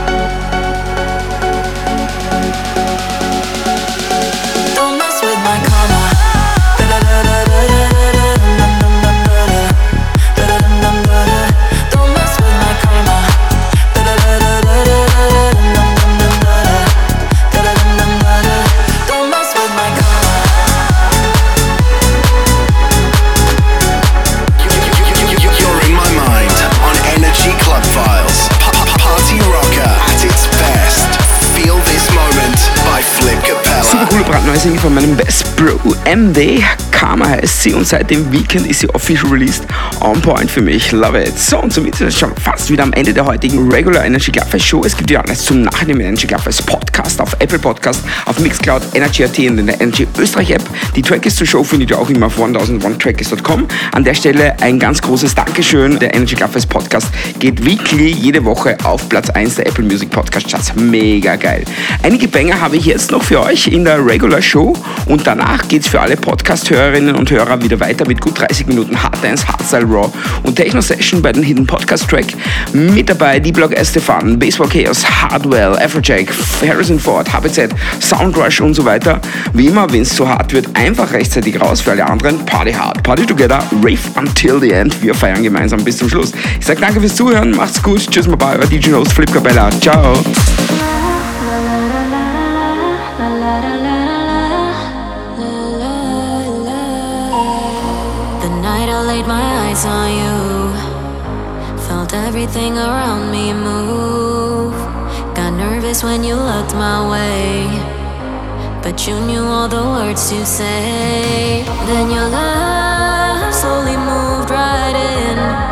S4: Brandneue Single von meinem Best Bro MD. Karma heißt sie und seit dem Weekend ist sie official released. On point für mich, love it. So, und somit sind wir schon fast wieder am Ende der heutigen Regular Energy Club Fest Show. Es gibt ja alles zum Nachnehmen Energy Club Fest Podcast auf Apple Podcast, auf Mixcloud, Energy.at und in der Energy Österreich App. Die Tracklist zur Show findet ihr auch immer auf 1001tracklist.com. An der Stelle ein ganz großes Dankeschön. Der Energy Club Fest Podcast geht weekly jede Woche auf Platz 1 der Apple Music Podcast Charts. Mega geil. Einige Banger habe ich jetzt noch für euch in der Regular Show und danach geht's für alle Podcast-Hörerinnen und Hörer wieder weiter mit gut 30 Minuten Hard Dance, Hardstyle Raw und Techno Session bei den Hidden Podcast Track. Mit dabei D-Block Estefan, Baseball Chaos, Hardwell, Afrojack, Harrison Ford, HBZ, Soundrush und so weiter. Wie immer, wenn es zu hart wird, einfach rechtzeitig raus. Für alle anderen, Party hard, Party together, rave until the end. Wir feiern gemeinsam bis zum Schluss. Ich sag danke fürs Zuhören, macht's gut, tschüss, bye, euer DJ-Host Flip Capella, ciao.
S8: On you, felt everything around me move. Got nervous when you looked my way, but you knew all the words to say. Then your love slowly moved right in.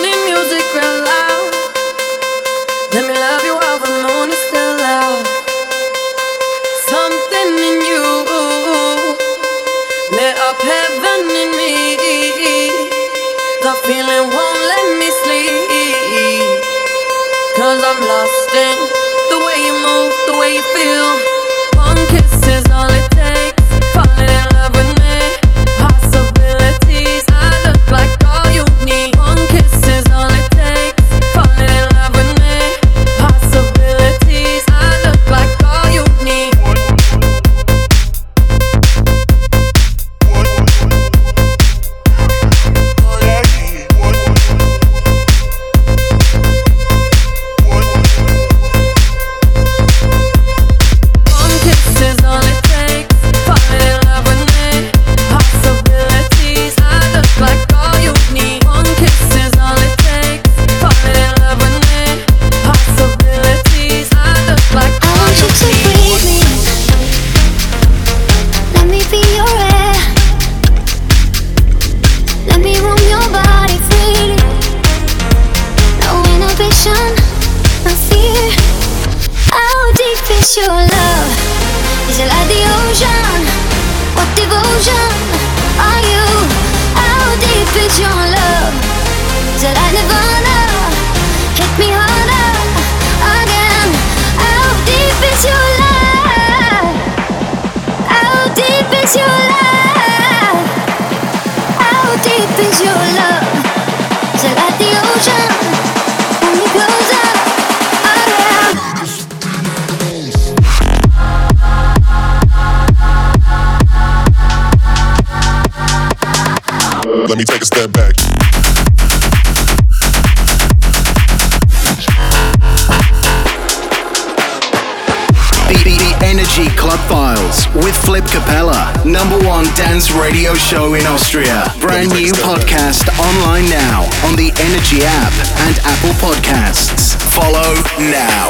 S19: need music real loud. Let me love you while the moon is still out. Something in you lit up heaven in me. The feeling won't let me sleep, 'cause I'm lost in the way you move, the way you feel. One kiss is all it takes. Falling in love with me. Possibilities, I look like all you need. One kiss is all it takes. Falling in love with me. Possibilities, I look like all you need.
S6: Your love is it like the ocean? What devotion are you? How deep is your love? Is it like Nirvana? Hit me harder again. How deep is your love? How deep is your love? How deep is your love? Is it like the ocean? Pull me closer again.
S12: Let me take a step back.
S2: The Energy Club Files with Flip Capella, #1 dance radio show in Austria. Brand new podcast online now on the Energy app and Apple Podcasts. Follow now.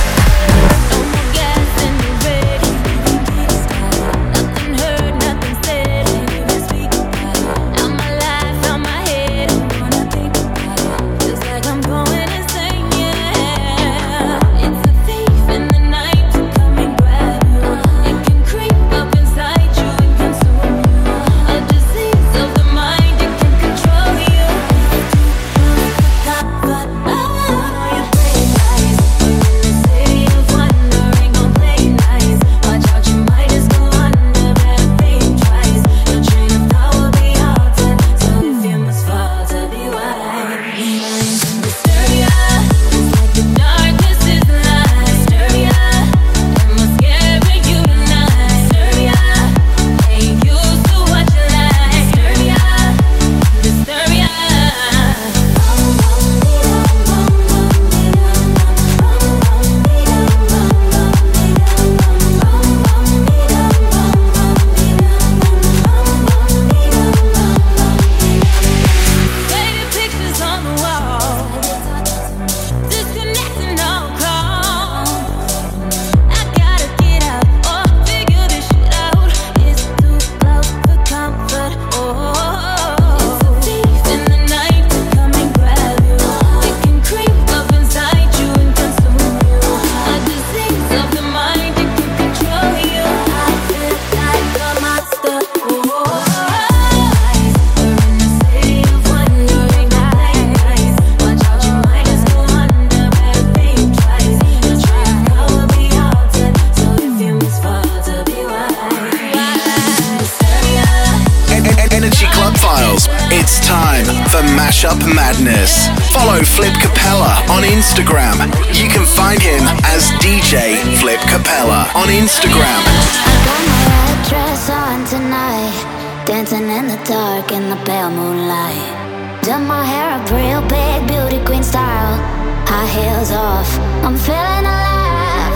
S2: Mashup Madness. Follow Flip Capella on Instagram. You can find him as DJ Flip Capella on Instagram.
S6: I got my red dress on tonight, dancing in the dark in the pale moonlight. Done my hair up real big, beauty queen style. High heels off, I'm feeling alive.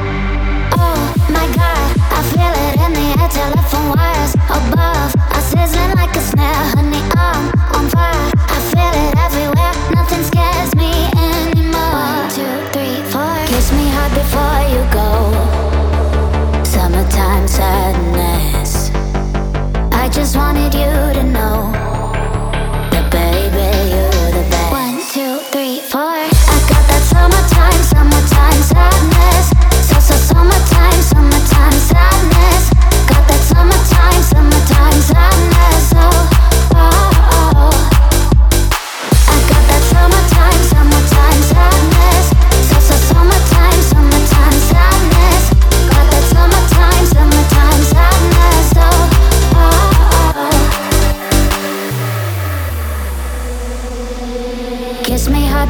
S6: Oh my God, I feel it in the air, telephone wires above. I sizzling like a snare, honey, I'm on fire. I feel it everywhere, nothing scares me anymore. 1, 2, 3, 4, kiss me hard before you go. Summertime sadness, I just wanted you to know that baby, you're the best. 1, 2,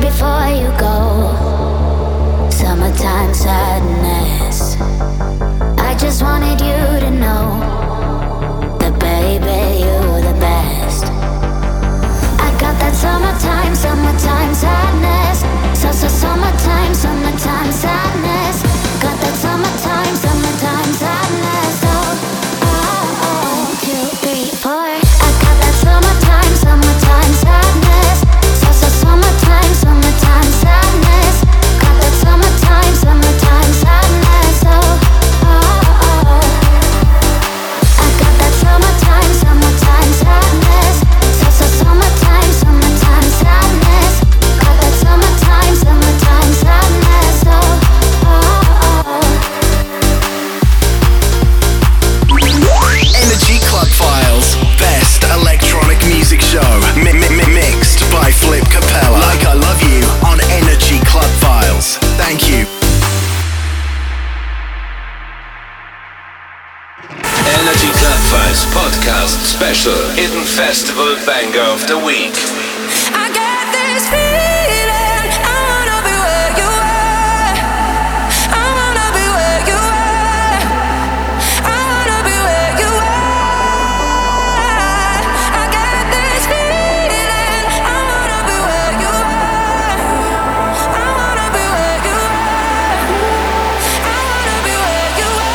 S6: before you go. Summertime sadness. I just wanted you to know that, baby, you're the best. I got that summertime sadness. Summertime sadness. Got that summertime sadness. Oh, 2, 3, 4. I got that summertime sadness. Summertime sadness. Got that summertime sadness. Oh. I got that summertime sadness. Summertime sadness. Got that summertime sadness.
S2: Energy Club Files, best electronic music show, mixed by Flip Capella. Like I Love You on Energy Club Files. Thank you.
S11: Energy Club Files Podcast Special Hidden Festival Banger of the Week.
S19: I got this feeling, I wanna be where you are. I wanna be where you are. I wanna be where you are. I got this feeling, I wanna be where you are. I wanna be where you are. I wanna be where you are.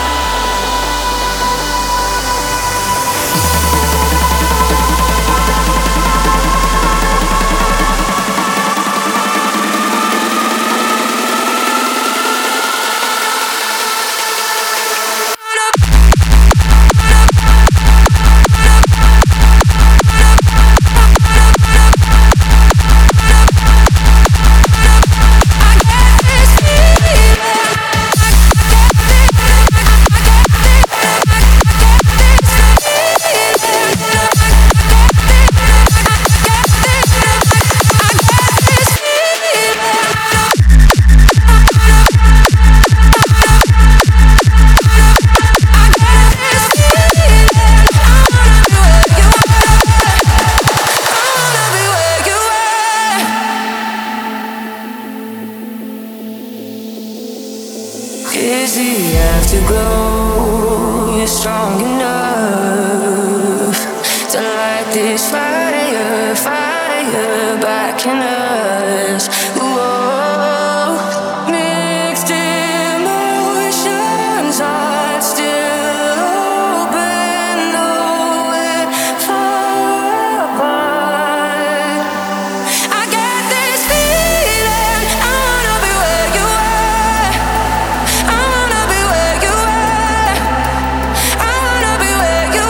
S14: Is the afterglow you're strong enough to light this fire back in us? Whoa, mixed emotions are still open, though we're far apart. I got this feeling, I wanna be where you are. I wanna be where you are. I wanna be where you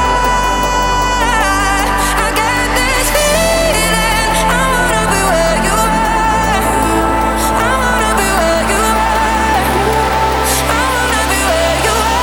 S14: are. I got this feeling, I wanna be where you are. I wanna be where you are. I wanna be where you are.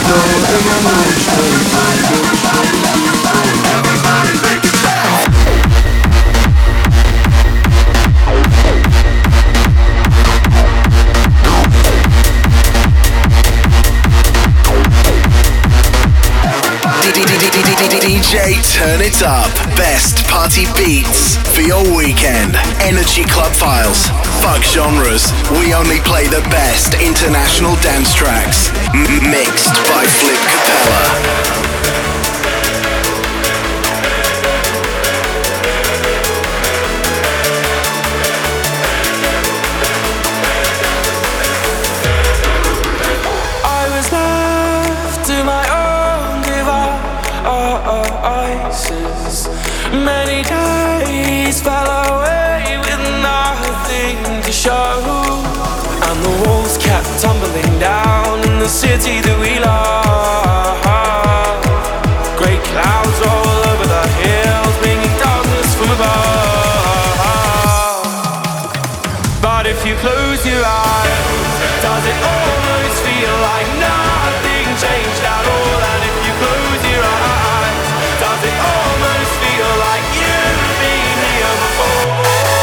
S2: DJ Turn It Up. Best party beats for your weekend. Energy Club Files. Fuck genres. We only play the best international dance tracks. Mixed by Flip Capella.
S20: Many days fell away with nothing to show, and the walls kept tumbling down in the city that we love. Great clouds roll over the hills, bringing darkness from above. But if you close your eyes, does it almost feel like nothing changed at all? And if you close your eyes, does it almost feel like you've been here before?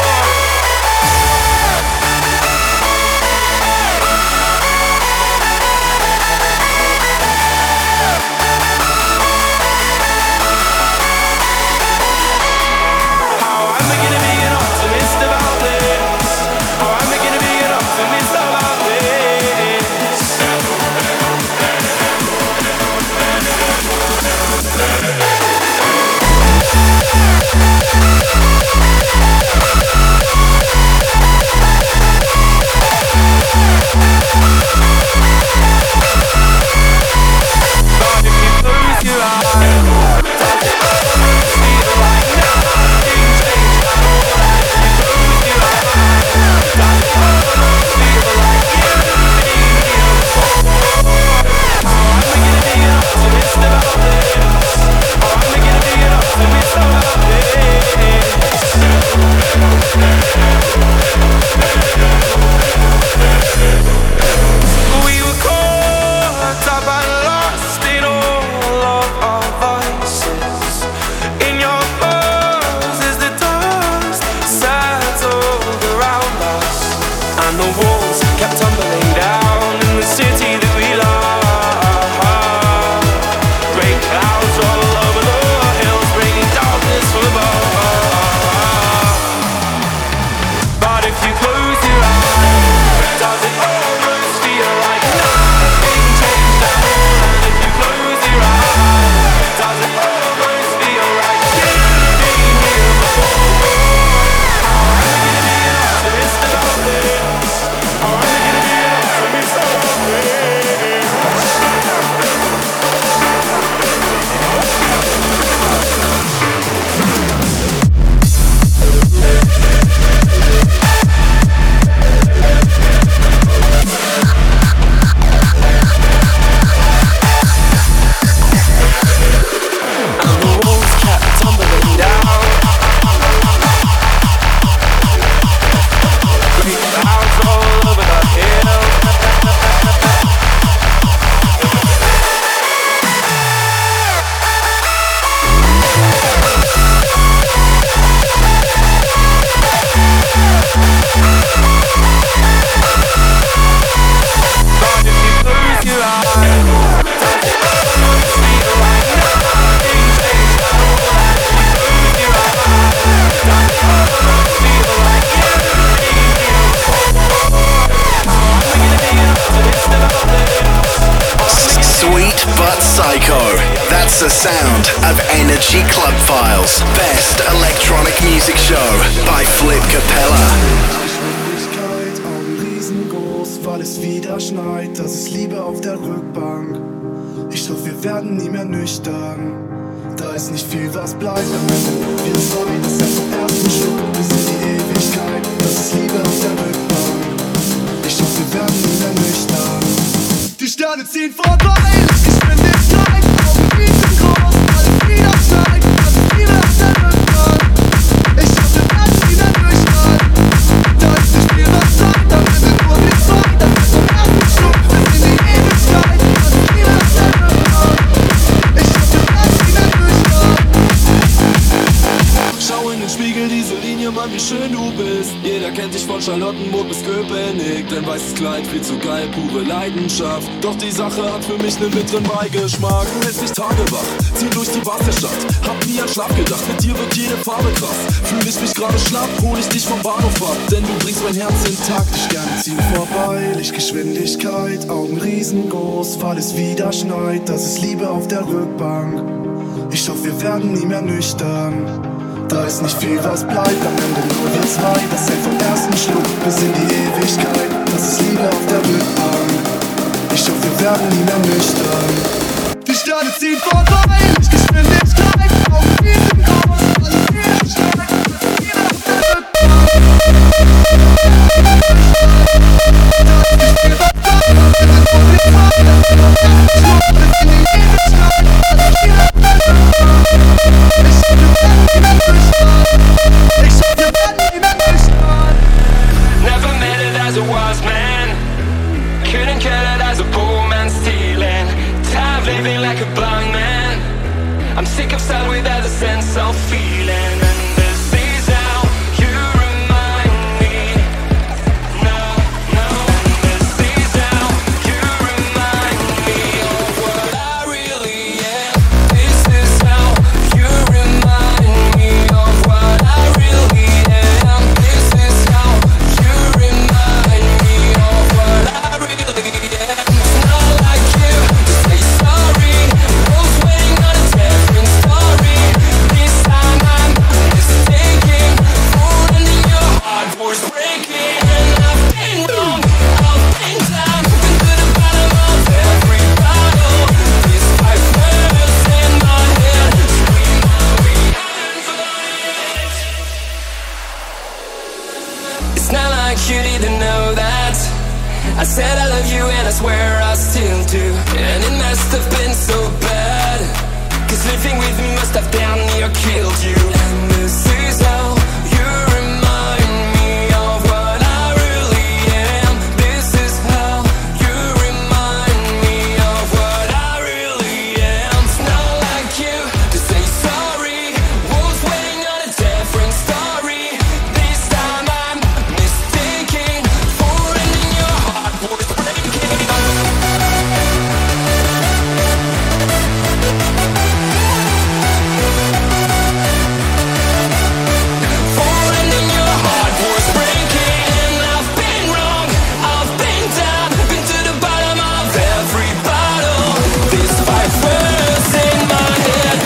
S20: How am I gonna be an optimist about this? How am I gonna be an optimist about this? We were caught up and lost in all of our vices. In your pose as the dust settled around us, and the walls kept tumbling down in the city that we love. Great clouds all over the hills, bringing darkness from above. But if you close your eyes, does it almost feel like nothing changed at all? And if you close your eyes, does it almost feel like you've been here before? How am I gonna be an optimist about this? How am I gonna be an optimist about this? And the walls kept tumbling down. Great clouds all over the hill. But if you close your eyes, does it almost feel like nothing changed at all? And if you close your eyes, does it almost feel like you've been here before? How am I gonna be an optimist about this?
S2: Sweet but psycho. That's the sound of Energy Club Files. Best electronic music show by Flip Capella.
S5: Augen riesengroß, weil es wieder schneit. Das ist Liebe auf der Rückbank. Ich hoffe, wir werden nie mehr nüchtern. Da ist nicht viel, was bleibt. Am Ende wir zwei, das heißt vom ersten Schluck bis in die Ewigkeit. Das ist Liebe auf der Rückbank. Ich hoffe, wir werden nie mehr nüchtern. Die Sterne ziehen vorbei. Geschwindigkeit, Augen riesengroß, weil es wieder schneit. Das ist Liebe auf der Rückbank. Ich hoffe, wir werden nie mehr nüchtern. Da ist nicht viel, was bleibt. Am Ende nur wir zwei. Das heißt vom ersten Schluck bis in die Ewigkeit. Das ist Liebe auf der Rückbank. wie schön du bist. Jeder kennt dich von Charlottenburg bis Köpenick. Dein weißes Kleid viel zu geil, pure Leidenschaft. Doch die Sache hat für mich nen bitteren Beigeschmack. Du hältst mich tagewach, zieh durch die Bars der Stadt. Hab nie an Schlaf gedacht, mit dir wird jede Farbe krass. Fühl ich mich gerade schlapp, hol ich dich vom Bahnhof ab. Denn du bringst mein Herz intakt.
S21: Die Sterne ziehen vorbei, Lichtgeschwindigkeit, Augen riesengroß, weil es wieder schneit. Das ist Liebe auf der Rückbank. Ich hoffe, wir werden nie mehr nüchtern. Da ist nicht viel, was bleibt, am Ende nur wir zwei. Das hält vom ersten Schluck bis in die Ewigkeit. Das ist Liebe auf der Rückbank. Ich hoffe, wir werden nie mehr nüchtern. Die Sterne ziehen vorbei, Lichtgeschwindigkeit, Augen riesengroß, alles wieder schneit. Das ist Liebe auf der Rückbank.
S20: Never met it as a wise man. Couldn't cut it as a poor man stealing. Time living like a blind man. I'm sick of sad without a sense of feeling. And this is how you remind me. No, no. And this is how you remind me of what I really am. This is how you remind me of what I really am. This is how you remind me of what I really am. It's not like you to say sorry. Was waiting on a different story. This time I'm mistaken. Falling in your heart was breaking. And I've been wrong, I've been down. Been to the bottom of every bottle. This five words in my head scream out behind for it. It's not like you didn't know that. I said I love you and I swear I still do. And it must have been so bad, 'cause living with me must have damn near killed you. And this is how you remind me of what I really am. This is how you remind me of what I really am. It's not like you to say sorry. Was waiting on a different story. This time I'm mistaken. Falling in your heart was breaking. Falling in your heart was breaking. And I've been wrong, I've been down. Been to the bottom of every bottle. These five words in my head.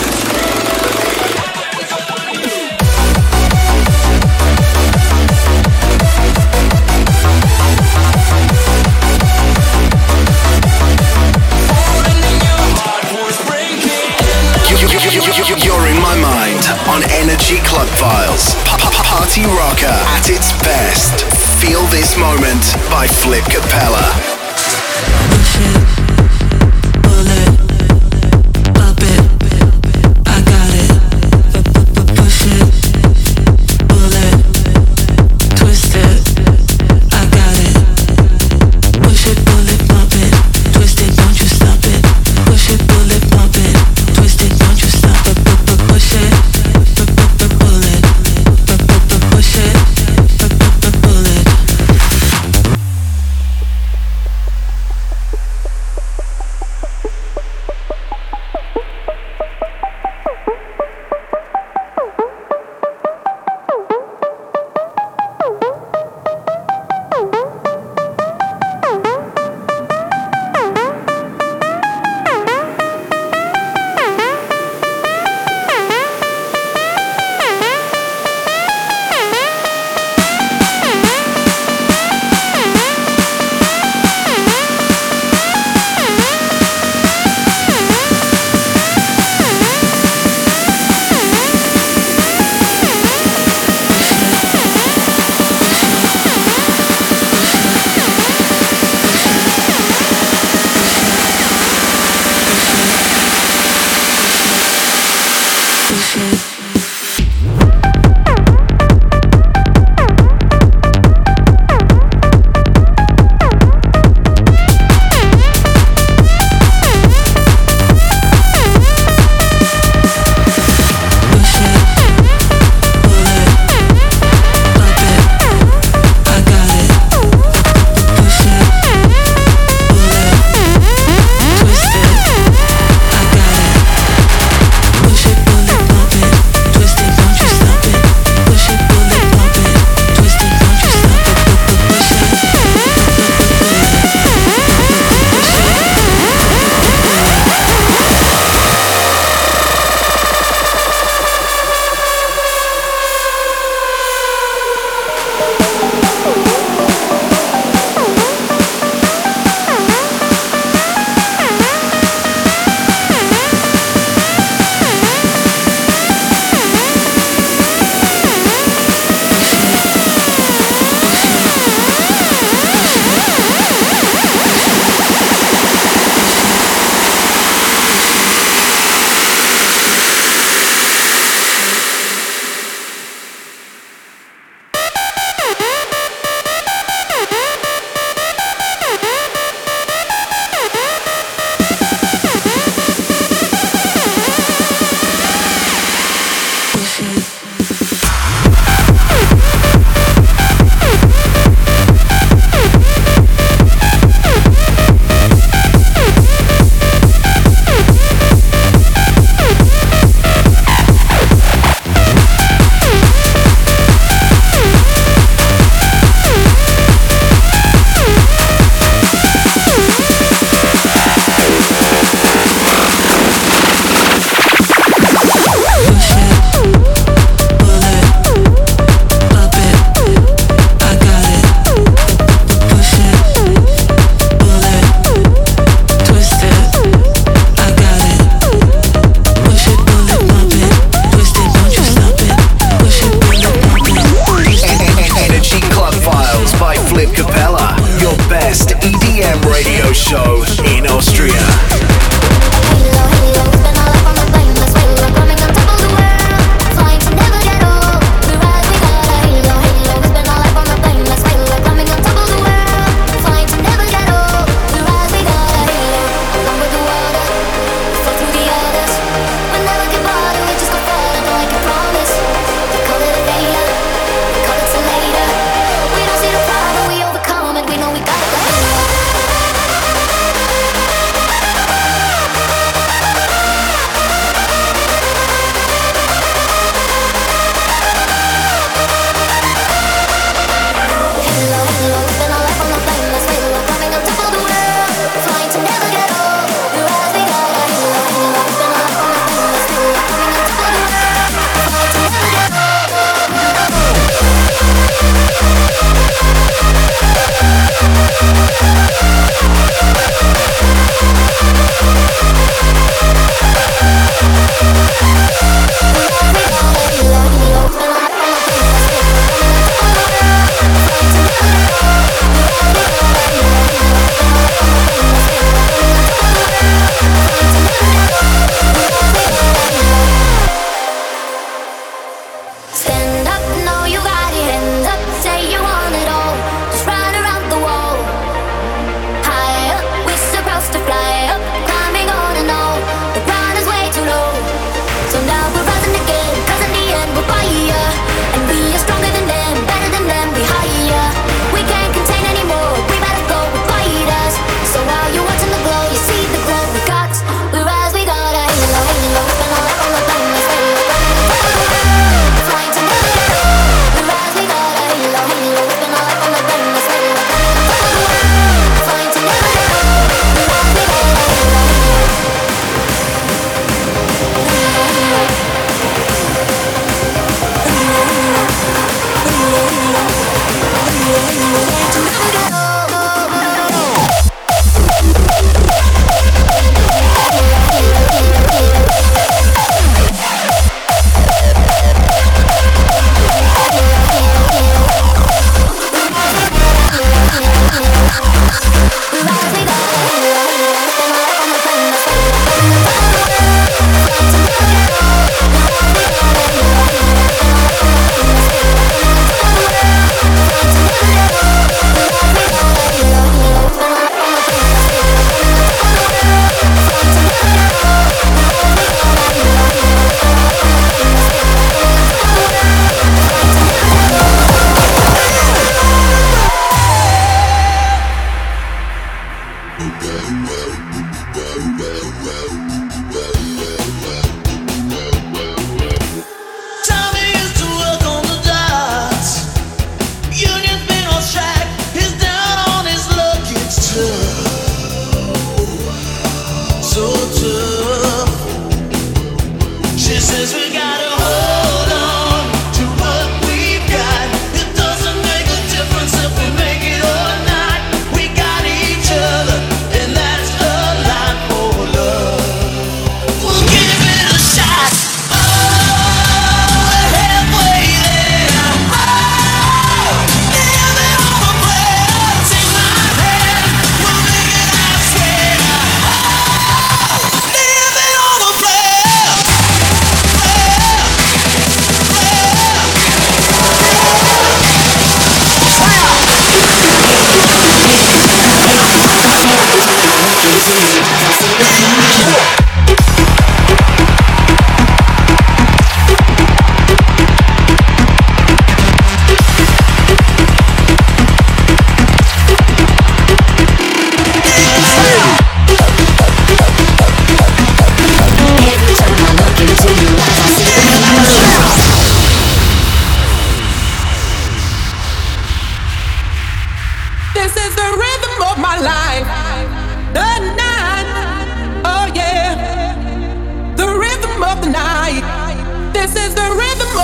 S2: You're in my mind on Energy Club Files. Party rocker at its best. Feel this moment by Flip Capella.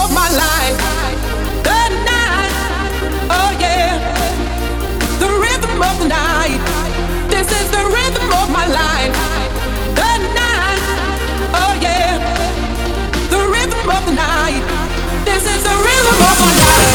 S7: of my life. The night, oh yeah. The rhythm of the night. This is the rhythm of my life. The night, oh yeah. The rhythm of the night. This is the rhythm of my life.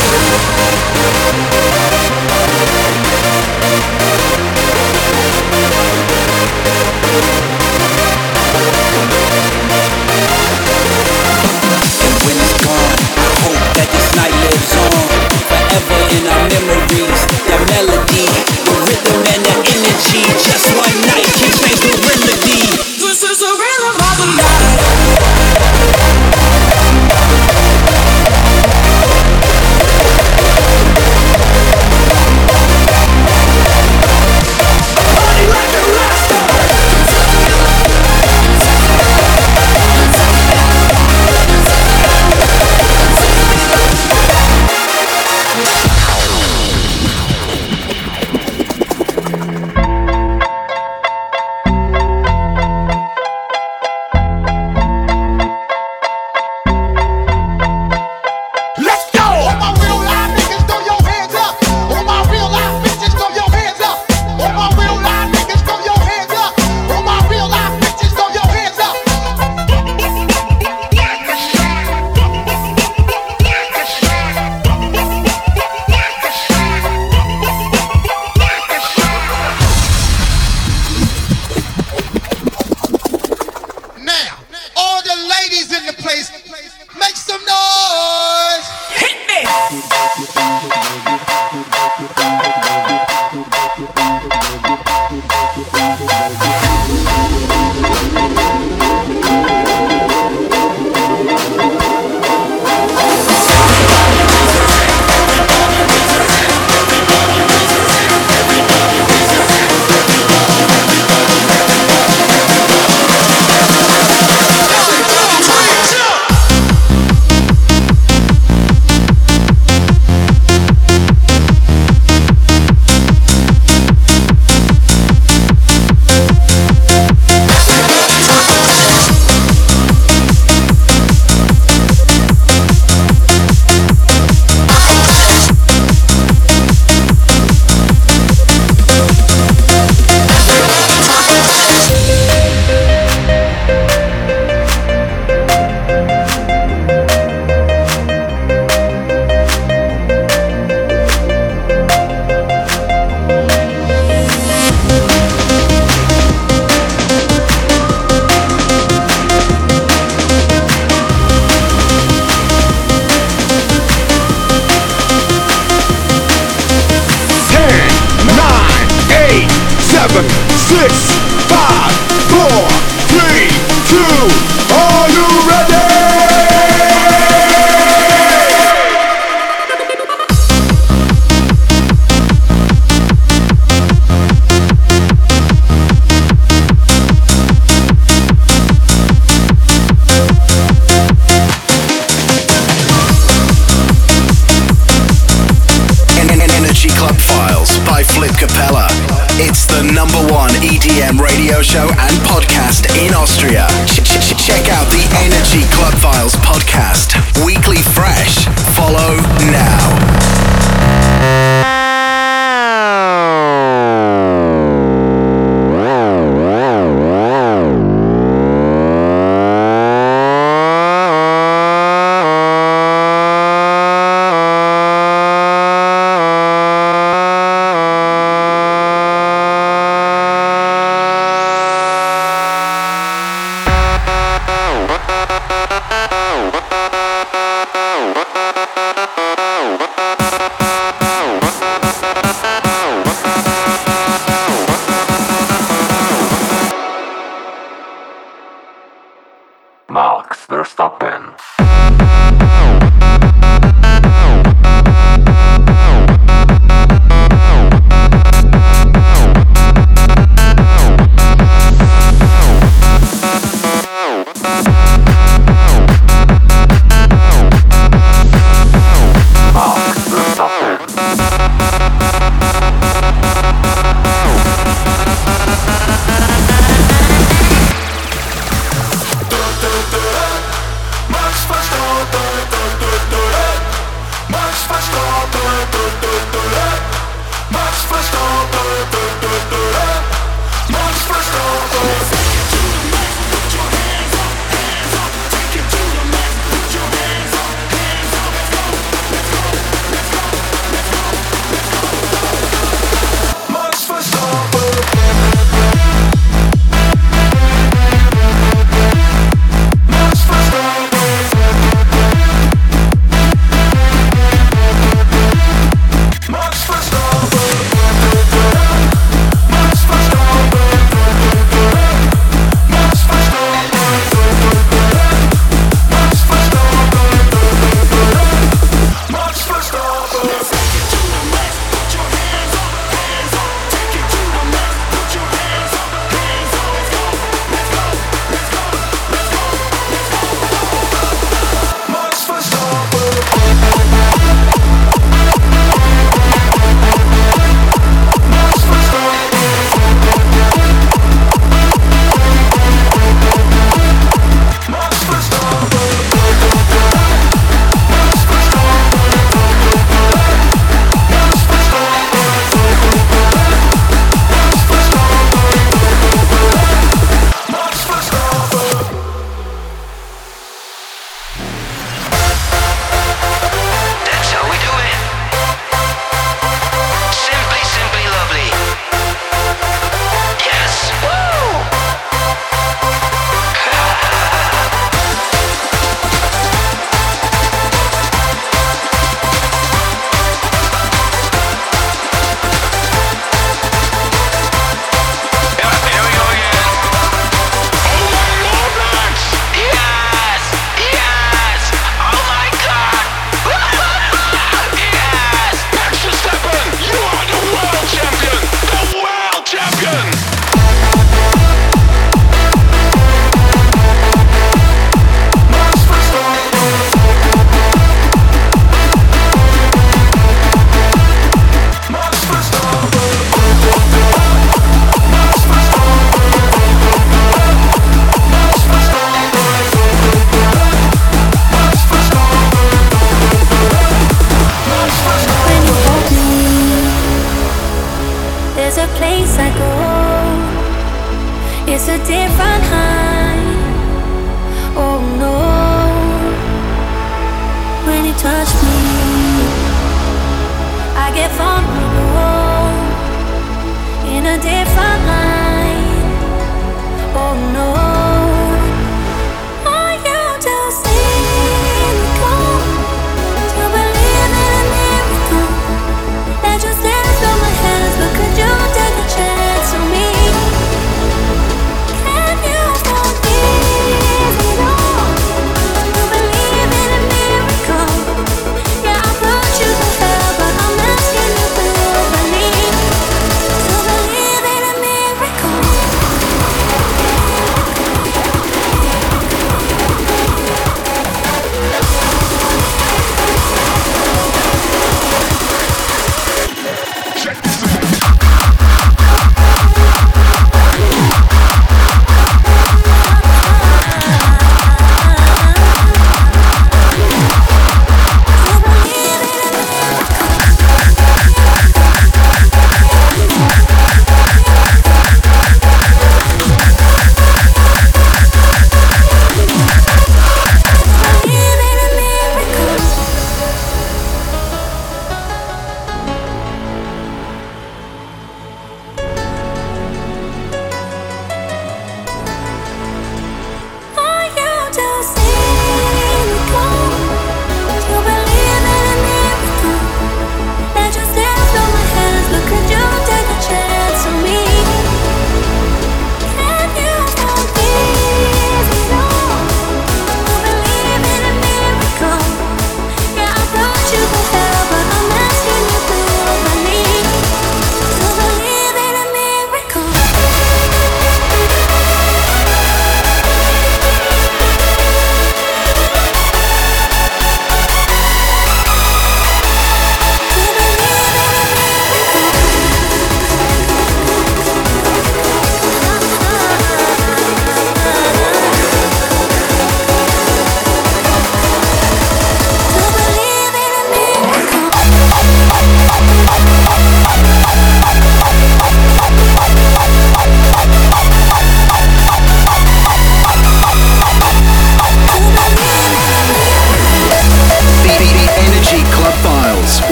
S1: And when it's gone, I hope that this night lives on forever in our memories. That melody, the rhythm and the energy. Just one night can change the remedy.
S7: This is the rhythm of the night.
S22: Max Verstappen.
S3: Max Verstappen.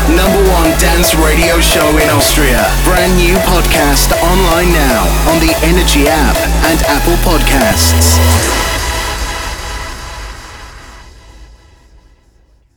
S2: #1 dance radio show in Austria. Brand new podcast online now on the Energy app and Apple Podcasts.